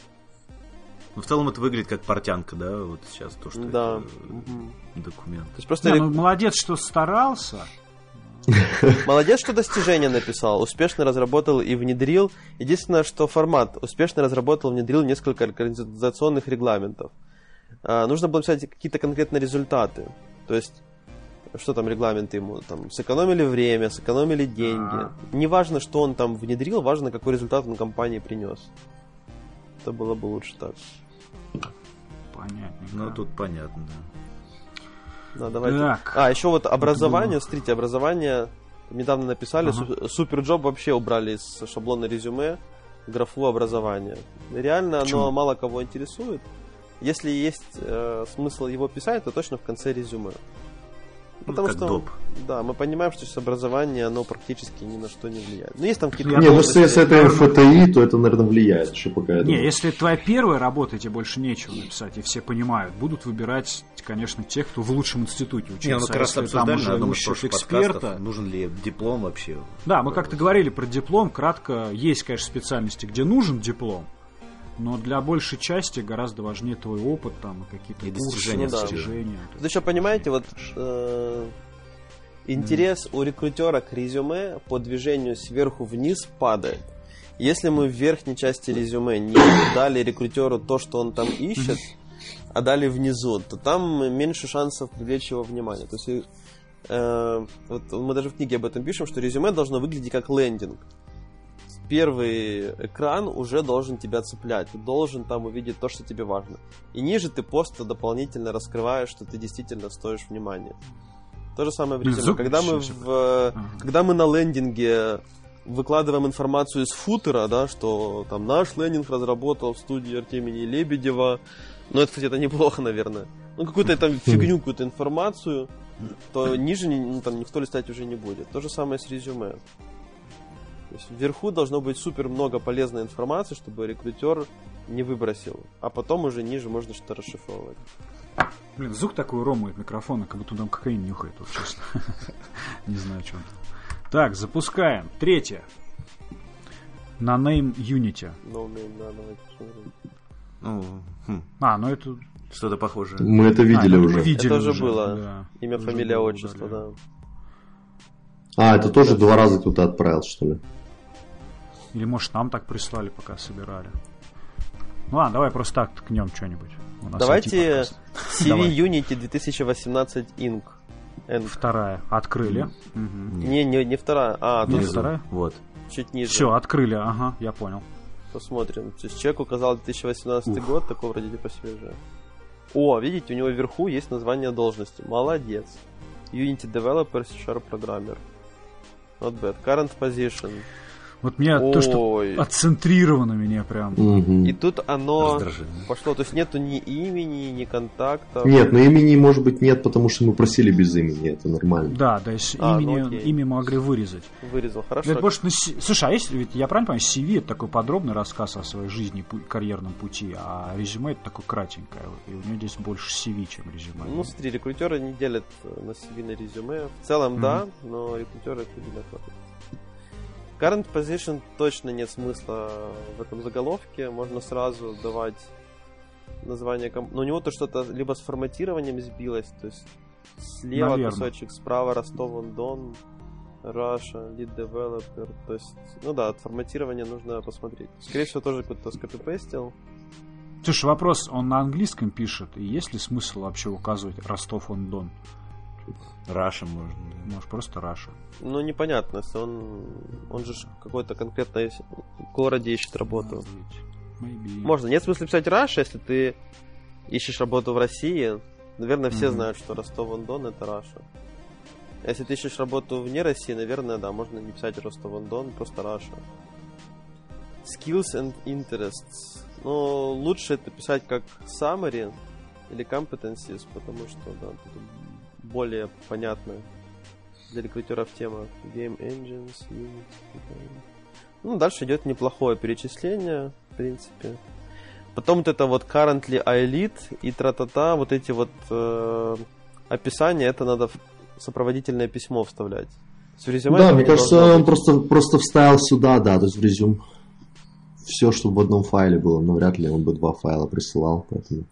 Ну, в целом это выглядит как портянка, да, вот сейчас то, что Да. это э, Мгм. документ. То есть просто Не, рек- ну, молодец, что старался. Молодец, что достижение написал, успешно разработал и внедрил. Единственное, что формат успешно разработал, внедрил несколько организационных регламентов. А, нужно было писать какие-то конкретные результаты. То есть, что там регламенты ему? Там, сэкономили время, сэкономили деньги. А. Не важно, что он там внедрил, важно, какой результат он компании принес. Это было бы лучше так. Понятненько. Ну, тут понятно, да. Да, давайте. Так. А, еще вот образование, смотрите, образование недавно написали, Ага. су- Суперджоb вообще убрали из шаблона резюме графу образования. Реально оно Почему? мало кого интересует. Если есть э, смысл его писать, то точно в конце резюме. Ну, как доп. Да, мы понимаем, что сейчас образование, оно практически ни на что не влияет. Ну, есть там какие-то... Я Не, думаю, ну если, если это эм эф тэ и, то это, наверное, влияет еще пока я Не, думаю. если это твоя первая работа, тебе больше нечего написать, и все понимают. Будут выбирать, конечно, тех, кто в лучшем институте учился. Не, ну как А раз если там обсуждали уже на одном из ищут прошлых эксперта. подкастов, нужен ли диплом вообще. Да, мы как-то говорили про диплом. Кратко, есть, конечно, специальности, где нужен диплом, но для большей части гораздо важнее твой опыт там, и какие-то И курсы, достижения в достижения. Вы еще понимаете, вот э, интерес у рекрутера к резюме по движению сверху вниз падает. Если мы в верхней части резюме не дали рекрутеру то, что он там ищет, а дали внизу, то там меньше шансов привлечь его внимание. То есть э, вот мы даже в книге об этом пишем, что резюме должно выглядеть как лендинг. Первый экран уже должен тебя цеплять, ты должен там увидеть то, что тебе важно. И ниже ты просто дополнительно раскрываешь, что ты действительно стоишь внимания. То же самое в резюме. Зуб Когда мы, еще в, Ага. когда мы на лендинге выкладываем информацию из футера, да, что там наш лендинг разработал в студии Артемия Лебедева, ну это, кстати, это неплохо, наверное. Ну какую-то там фигню, какую-то информацию, то ниже ну, там никто листать уже не будет. То же самое с резюме. То есть вверху должно быть супер много полезной информации, чтобы рекрутер не выбросил. А потом уже ниже можно что-то расшифровывать. Блин, звук такой у Ромы от микрофона, как будто он там кокаин нюхает, вот честно. Не знаю, что он там. Так, запускаем. Третье. На Name Unity. No name, да, давайте посмотрим. Ну, хм. А, ну это Что-то похожее. Мы это видели А, ну, уже. мы видели Это уже уже, было. да. Имя, Уже фамилия, было, отчество, да. да. А, это тоже два раза кто-то отправил, что ли? Или, может, нам так прислали, пока собирали. Ну ладно, давай просто так ткнем что-нибудь. У нас Давайте ай ти-подкаст. си ви Давай. Unity две тысячи восемнадцать инк. Энк. Вторая. Открыли. Мгм. Не, не, не вторая. А, тут Нет, вторая? Вот. чуть ниже. Все, открыли, ага, я понял. Посмотрим. То есть человек указал две тысячи восемнадцатый год, такой вроде типа свежее. О, видите, у него вверху есть название должности. Молодец. Unity Developer, C-Sharp Programmer. Not bad. Current position. Вот мне то, что Ой. отцентрировано меня прям. Мгм. И тут оно Раздражение. пошло. То есть нету ни имени, ни контактов. Нет, но имени, может быть, нет, потому что мы просили без имени, это нормально. Да, да, есть А, ну имени, окей. имя могли вырезать. Вырезал. Хорошо. Это больше на си- Слушай, а есть, ведь я правильно понимаю, си ви это такой подробный рассказ о своей жизни, пу- карьерном пути, а резюме это такое кратенькое. И у него здесь больше си ви, чем резюме. Ну, смотри, рекрутеры не делят э, на си ви, на резюме. В целом, Мгм. да, но рекрутеры это не накладывают. Current position точно нет смысла в этом заголовке. Можно сразу давать название комп... Но у него-то что-то либо с форматированием сбилось, то есть слева Наверно. кусочек, справа Ростов-он-Дон, Russia, Lead Developer. То есть, ну да, от форматирования нужно посмотреть. Скорее всего, тоже кто-то скопипестил. Слушай, вопрос, он на английском пишет, и есть ли смысл вообще указывать Ростов-он-Дон? Раша можно. Может, просто Раша. Ну, непонятно, если он, он же ж в какой-то конкретной городе ищет работу. Maybe. Можно. Нет смысла писать Раша, если ты ищешь работу в России. Наверное, все Мгм. знают, что Ростов-он-Дон это Раша. Если ты ищешь работу вне России, наверное, да, можно не писать Ростов-он-Дон, просто Раша. Skills and interests. Но лучше это писать как summary или competencies, потому что, да, тут более понятно для рекрутеров тема. Game engines, units. Ну, дальше идет неплохое перечисление, в принципе. Потом вот это вот currently iLead и тра-та-та, вот эти вот э, описания, это надо в сопроводительное письмо вставлять. В резюме Да, этого мне не кажется, должно он быть. просто, просто вставил сюда, да, то есть в резюм. Все, чтобы в одном файле было, но вряд ли он бы два файла присылал, поэтому...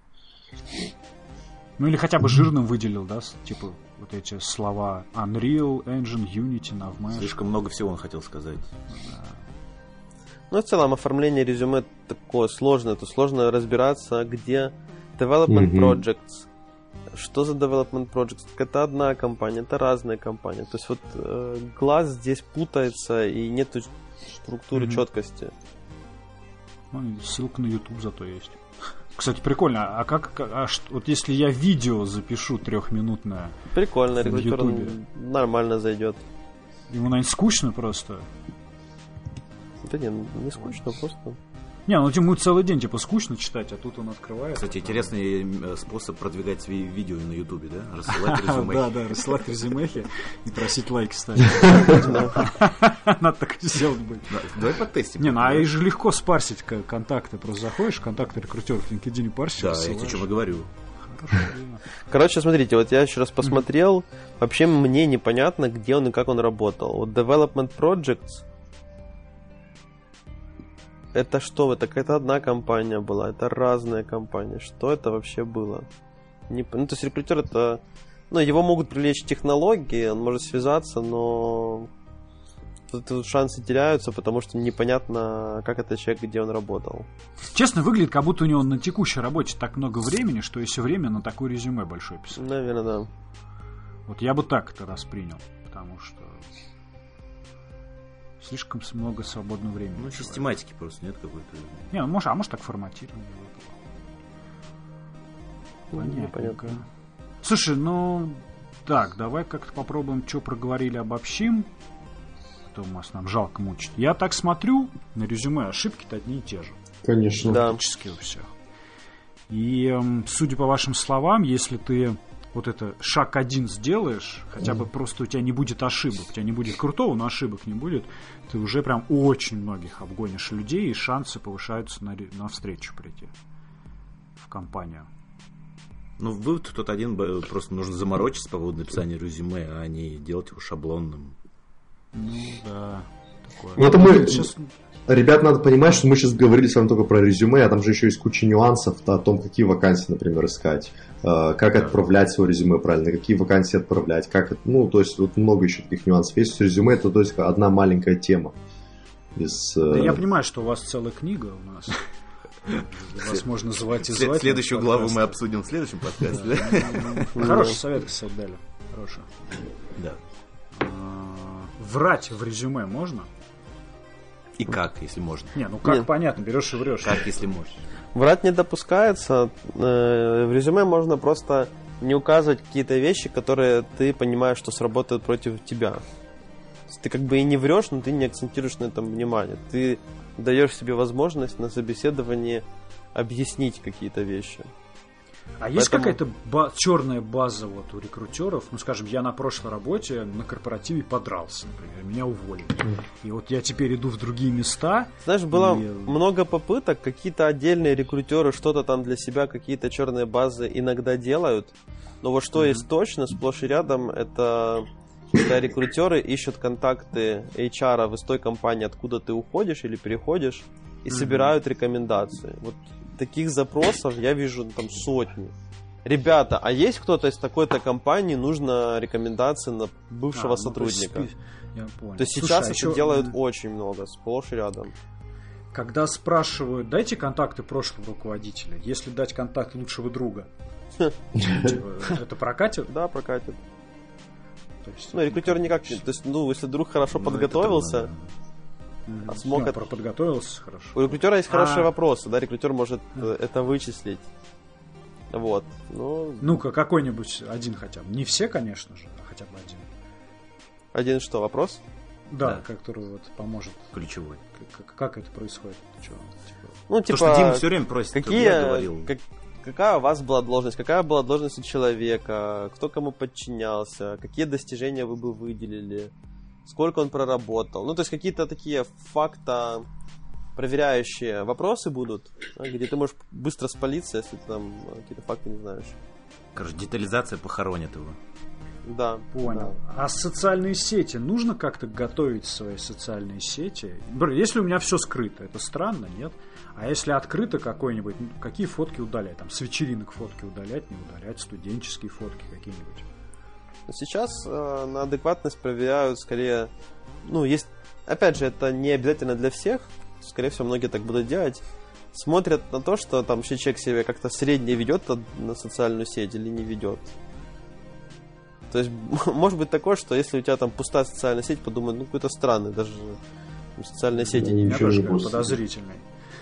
Ну или хотя бы жирным выделил, да, с- типа вот эти слова Unreal, Engine, Unity, Navmesh. Слишком много всего он хотел сказать. Ну, в целом, оформление резюме такое сложное. То сложно разбираться, где development Мгм. projects. Что за development projects? Это одна компания, это разная компания. То есть вот э, глаз здесь путается и нету структуры Мгм. четкости. Ну, и ссылка на YouTube зато есть. Кстати, прикольно. А как, а ш- вот если я видео запишу трехминутное, Прикольно, В рекрутер Ютубе. нормально зайдет. ему, наверное, скучно просто. Да не, не скучно, просто. Не, ну ему целый день типа скучно читать, а тут он открывает. Кстати, интересный э, способ продвигать свои видео на Ютубе, да? Рассылать резюме. Да, да, рассылать резюмехи и просить лайки ставить. Надо так сделать будет. Да, давай потестим. Не, ну а и же легко спарсить к- контакты. Просто заходишь в контакты рекрутеров в LinkedIn, парсишь, Да, я рассылаешь. тебе что говорю. Хорошее дело. Короче, смотрите, вот я еще раз посмотрел. Вообще мне непонятно, где он и как он работал. Вот Development Projects. Это что? Это какая-то одна компания была, это разная компания. Что это вообще было? Не, п- ну, то есть рекрутер это... Ну, его могут привлечь технологии, он может связаться, но... Тут, тут шансы теряются, потому что непонятно, как это человек, где он работал. Честно, выглядит, как будто у него на текущей работе так много времени, что есть время на такое резюме большое писать. Наверное, да. Вот я бы так это воспринял, потому что слишком с- много свободного времени. Ну, у человека. систематики просто нет какой-то. Не, ну, может, а может так форматирование было. Ну, Понятненько. непонятно. Слушай, ну так, давай как-то попробуем, что проговорили, обобщим. Кто у нас нам жалко мучить. Я так смотрю, на резюме ошибки-то одни и те же. Конечно. Да. Практически у всех. И эм, судя по вашим словам, если ты вот это шаг один сделаешь, хотя бы просто у тебя не будет ошибок, у тебя не будет крутого, но ошибок не будет, ты уже прям очень многих обгонишь людей, и шансы повышаются на, ре- на встречу прийти в компанию. Ну, вывод тут один, б- просто нужно заморочиться по поводу написания резюме, а не делать его шаблонным. Ну да, такое. Ну, это мы... Сейчас... Ребят, надо понимать, что мы сейчас говорили с вами только про резюме, а там же еще есть куча нюансов о том, какие вакансии, например, искать, как отправлять свое резюме правильно, какие вакансии отправлять, как это, ну, то есть вот много еще таких нюансов есть. Резюме это, то есть, одна маленькая тема. Из, да я понимаю, что у вас целая книга у нас. Вас можно звать и звать. Следующую главу мы обсудим в следующем подкасте. Хороший совет, кстати, дали. Хороший. Да. Врать в резюме можно? И как, если можно? Не, ну как Нет. Понятно, берешь и врешь. Как, если можешь? Врать не допускается. Э, В резюме можно просто не указывать какие-то вещи, которые ты понимаешь, что сработают против тебя. То есть ты как бы и не врешь, но ты не акцентируешь на этом внимание. Ты даешь себе возможность на собеседовании объяснить какие-то вещи. А есть Поэтому... какая-то ба- черная база вот у рекрутеров? Ну, скажем, я на прошлой работе на корпоративе подрался, например, меня уволили. И вот я теперь иду в другие места. Знаешь, было и... много попыток, какие-то отдельные рекрутеры что-то там для себя, какие-то черные базы иногда делают. Но вот что mm-hmm. есть точно, сплошь и рядом, это когда рекрутеры ищут контакты эйч ар в той компании, откуда ты уходишь или переходишь, и mm-hmm. собирают рекомендации. Вот таких запросов я вижу там сотни. Ребята, а есть кто-то из такой-то компании, нужно рекомендации на бывшего а, сотрудника? Ну, то есть, я понял. То есть Слушай, сейчас а это еще... делают очень много, сплошь и рядом. Когда спрашивают, дайте контакты прошлого руководителя, если дать контакт лучшего друга, это прокатит? Да, прокатит. Ну, рекрутер никак не... То есть, ну, если друг хорошо подготовился... А смог это... подготовился хорошо. У рекрутера есть хорошие вопросы, да, рекрутер может это вычислить. Вот. Ну... Ну-ка, какой-нибудь один хотя бы. Не все, конечно же, а хотя бы один. Один что, вопрос? Да, да. Который вот поможет. Ключевой. Как, как это происходит? Чего? Типа... Ну, типа... То, что Дима все время просит, какие... я говорил. Как... Какая у вас была должность? Какая была должность у человека? Кто кому подчинялся? Какие достижения вы бы выделили? Сколько он проработал? Ну, то есть какие-то такие факта проверяющие вопросы будут, где ты можешь быстро спалиться, если ты там какие-то факты не знаешь. Короче, детализация похоронит его. Да. Понял. Да. А социальные сети? Нужно как-то готовить свои социальные сети? Если у меня все скрыто, это странно, нет? А если открыто какой-нибудь, ну, какие фотки удалять? Там с вечеринок фотки удалять, не удалять, студенческие фотки какие-нибудь? Сейчас э, на адекватность проверяют скорее, ну, есть, опять же, это не обязательно для всех, скорее всего, многие так будут делать, смотрят на то, что там вообще человек себя как-то средне ведет на социальную сеть или не ведет. То есть, может быть такое, что если у тебя там пустая социальная сеть, подумают, ну, какой-то странный, даже социальные сети не ведет. Я тоже подозрительный.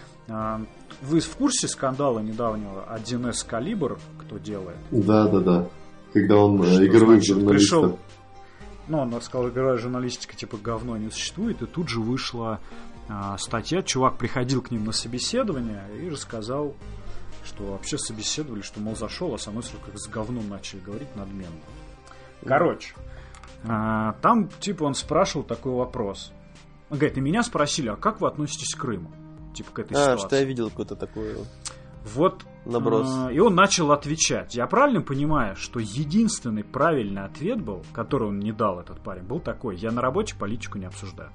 Вы в курсе скандала недавнего один эс Калибр, кто делает? Да, да, да. Когда он что, игровых значит, журналистов... Пришел... Ну, он сказал, игровая журналистика типа говно не существует, и тут же вышла а, статья. Чувак приходил к ним на собеседование и рассказал, что вообще собеседовали, что, мол, зашел, а со мной как с говном начали говорить надменно. Короче, а, там типа он спрашивал такой вопрос. Он говорит, и меня спросили, а как вы относитесь к Крыму? Типа к этой а, ситуации. Что я видел какую-то такую... Вот, наброс. Э, и он начал отвечать. Я правильно понимаю, что единственный правильный ответ был, который он не дал, этот парень, был такой: я на работе политику не обсуждаю.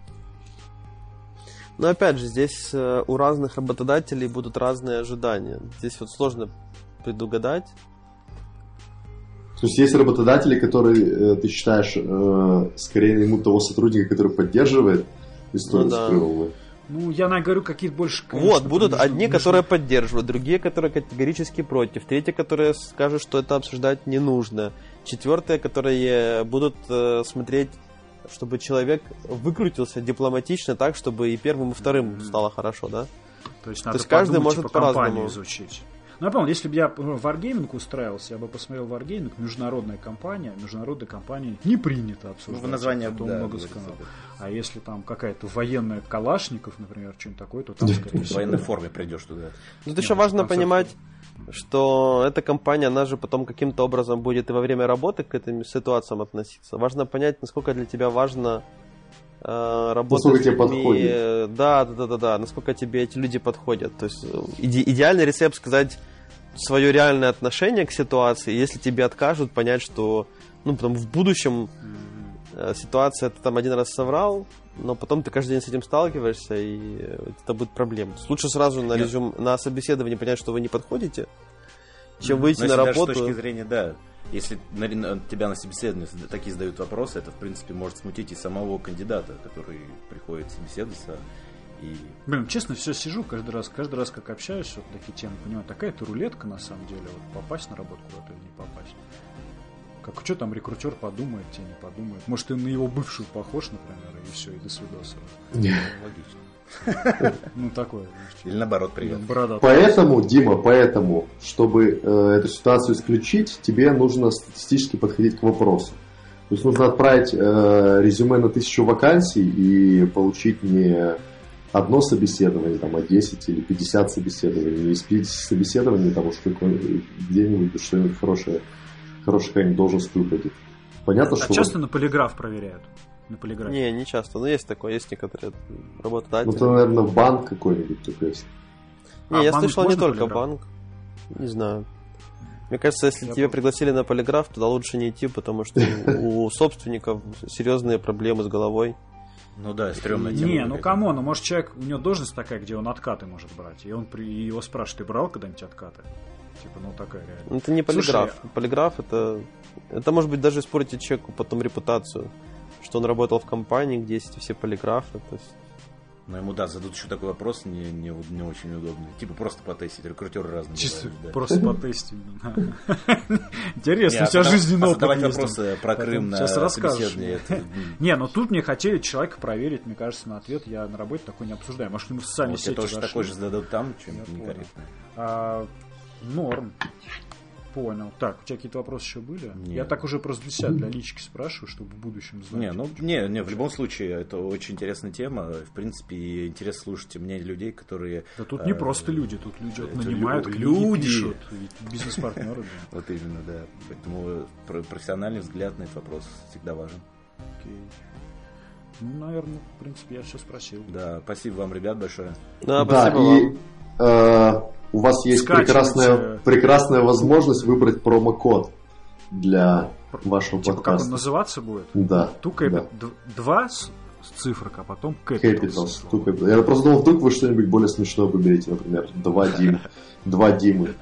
Но опять же, здесь э, у разных работодателей будут разные ожидания. Здесь вот сложно предугадать. То есть есть работодатели, которые, э, ты считаешь, э, скорее наймут того сотрудника, который поддерживает историю, ну, да. с Крымом? Ну, я говорю, какие-то больше... Конечно, вот, будут между, одни, между... которые поддерживают, другие, которые категорически против, третьи, которые скажут, что это обсуждать не нужно, четвертые, которые будут э, смотреть, чтобы человек выкрутился дипломатично так, чтобы и первым, и вторым mm-hmm. стало хорошо, да? То есть, То надо есть каждый подумать, может типа, по-разному изучить. Ну, я помню, если бы я в Wargaming устраивался, я бы посмотрел Wargaming, международная компания, международной компании не принято обсуждать. Ну, название, да, много сказал. А если там какая-то военная Калашников, например, что-нибудь такое, то там, скорее всего... В военной форме придешь туда. Тут еще важно понимать, что эта компания, она же потом каким-то образом будет и во время работы к этим ситуациям относиться. Важно понять, насколько для тебя важно э, работать насколько с тебе людьми. подходит. Да, да, да, да, да, насколько тебе эти люди подходят. То есть иде- идеальный рецепт сказать свое реальное отношение к ситуации, если тебе откажут, понять, что ну, потом в будущем ситуация, ты там один раз соврал, но потом ты каждый день с этим сталкиваешься, и это будет проблема. Лучше сразу на, резюм... на собеседовании понять, что вы не подходите, чем выйти на работу. С точки зрения, да, если на, на тебя на собеседовании такие задают вопросы, это, в принципе, может смутить и самого кандидата, который приходит собеседоваться. И... Блин, честно, все сижу каждый раз, каждый раз, как общаюсь, вот такие темы, понимаю, такая-то рулетка, на самом деле, вот попасть на работу куда-то или не попасть. Как, что там рекрутер подумает, тебе не подумает. Может, ты на его бывшую похож, например, и все, и до свидос. Логично. Ну, такое. Или наоборот, привет. Поэтому, Дима, поэтому, чтобы э, эту ситуацию исключить, тебе нужно статистически подходить к вопросу. То есть нужно отправить э, резюме на тысячу вакансий и получить не одно собеседование, там, а десять или пятьдесят собеседований. И из пятидесяти собеседований там уж где-нибудь что-нибудь хорошее, хорошая какая-нибудь должность выпадет. Понятно, а что... часто на полиграф проверяют? На полиграфе? Не, не часто. Но есть такое, есть некоторые работодатели. Ну, это, наверное, банк какой-нибудь только есть. Не, а я слышал не только полиграф? банк. Не знаю. Мне кажется, если Я тебя помню. пригласили на полиграф, туда лучше не идти, потому что у собственников серьезные проблемы с головой. Ну да, стрёмная тема. Не, ну камон, ну может человек, у него должность такая, где он откаты может брать. И он при, и его спрашивает, ты брал когда-нибудь откаты? Типа, ну такая реально. Ну, это не полиграф. Слушай, полиграф это... Это может быть даже испортить человеку потом репутацию. Что он работал в компании, где есть все полиграфы. То есть... Но ему, да, зададут еще такой вопрос не, не, не очень удобный. Типа просто потестить, рекрутеры разные. Чисто бывают, да. просто потестить. Интересно, Не, у тебя а жизненный опыт задавать есть. вопросы про Крым на Сейчас расскажешь. собеседовании. это- Не, ну тут мне хотели человека проверить, мне кажется, на ответ я на работе такой не обсуждаю. Может, мы в социальные Вот тебе сети тоже зашли. такой же зададут там, чем Я понял. некорректно. А, норм. Понял. Так, у тебя какие-то вопросы еще были? Нет. Я так уже просто для себя, для лички спрашиваю, чтобы в будущем знать. Не, ну не, не, в любом случае, это очень интересная тема. В принципе, и интересно слушать мнение людей, которые. Да тут не э, просто люди, тут люди вот это нанимают, лю- книги люди. пишут, и бизнес-партнеры. да. Вот именно, да. Поэтому про- профессиональный взгляд на этот вопрос всегда важен. Окей. Ну, наверное, в принципе, я все спросил. Да, спасибо вам, ребят, большое. Да, Да, спасибо и вам. э, у вас есть Скачивайте. прекрасная, прекрасная возможность выбрать промокод для вашего Типа, как он подкаста. называться будет? Да. Two да. Capital. Д- Два с, с цифрок, а потом Capital. Capitals. Two Capital. Я просто думал, вдруг вы что-нибудь более смешное выберете, например, два Димы. Два Димы.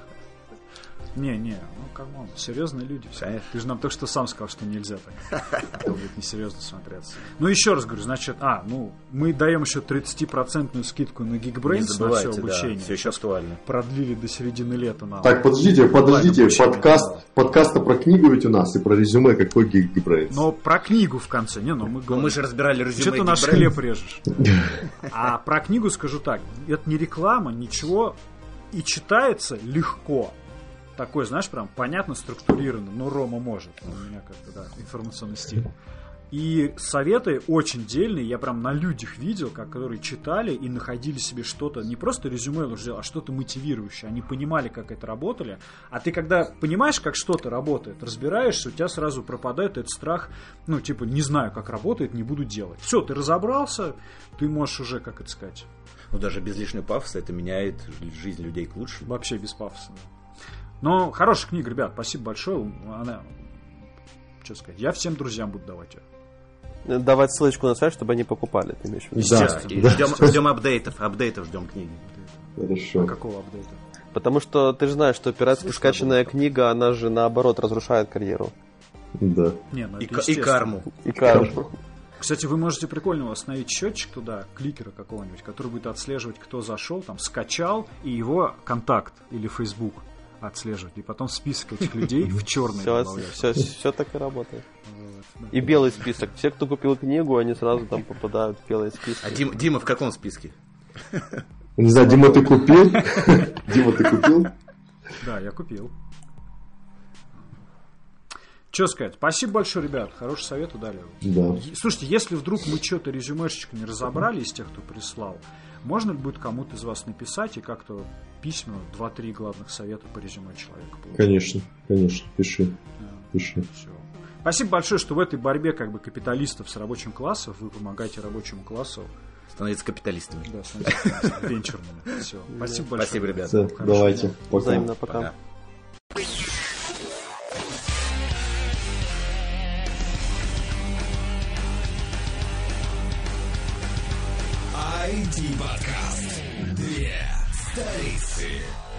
Не, не, ну камон, серьезные люди. Все. Конечно. Ты же нам только что сам сказал, что нельзя так. Это будет несерьезно смотреться. Ну, еще раз говорю, значит, а, ну, мы даем еще тридцать процентную скидку на Не Geekbrains на все забывайте, обучение. да, все еще актуально. Продлили до середины лета нам. Так, подождите, подождите. обучение, Подкаст, да. подкаст-то про книгу ведь у нас и про резюме, какой Geekbrains. Но про книгу в конце, не, ну мы Ну, говорим. мы же разбирали резюме. Что ты наш Geekbrains. хлеб режешь? А про книгу скажу так. Это не реклама, ничего. И читается легко. Такой, знаешь, прям понятно, структурированно. Ну, Рома может. У меня как-то, да, информационный стиль. И советы очень дельные. Я прям на людях видел, как, которые читали и находили себе что-то, не просто резюме лучше сделать, а что-то мотивирующее. Они понимали, как это работали. А ты, когда понимаешь, как что-то работает, разбираешься, у тебя сразу пропадает этот страх, ну, типа, не знаю, как работает, не буду делать. Все, ты разобрался, ты можешь уже, как это сказать, Ну, даже без лишнего пафоса это меняет жизнь людей к лучшему. вообще без пафоса. Но хорошая книга, ребят, спасибо большое. Она, что сказать, я всем друзьям буду давать ее. Давать ссылочку на сайт, чтобы они покупали. Ты имеешь в виду? Да. Да, и ждем, ждем апдейтов, апдейтов ждем книги. Хорошо. Какого апдейта? Потому что ты же знаешь, что пиратски Слышно скачанная книга, она же наоборот разрушает карьеру. Да. Не, ну И, это ка- и естественно. карму. И карму. Кстати, вы можете прикольно установить счетчик туда, кликера какого-нибудь, который будет отслеживать, кто зашел, там, скачал, и его контакт или Facebook отслеживать. И потом список этих людей в черный Все, добавлять. все, все так и работает. Вот, да. И белый список. Все, кто купил книгу, они сразу там попадают в белый список. А Дим- Дима в каком списке? Не знаю, Дима, ты купил? Дима, ты купил? Да, я купил. Что сказать? Спасибо большое, ребят. Хороший совет дали. Да. Е- Слушайте, если вдруг мы что-то резюмешечко не разобрали из тех, кто прислал, можно ли будет кому-то из вас написать и как-то письменно два-три главных совета по резюме человека получить? Конечно, конечно, пиши, Да, пиши. всё. Спасибо большое, что в этой борьбе как бы капиталистов с рабочим классом вы помогаете рабочему классу, Становиться капиталистами. да, становиться венчурными. Все. Спасибо большое. Спасибо, ребят. Всё, Хорошего давайте, дня. пока. Взаимно, пока. Пока. Комментарисы.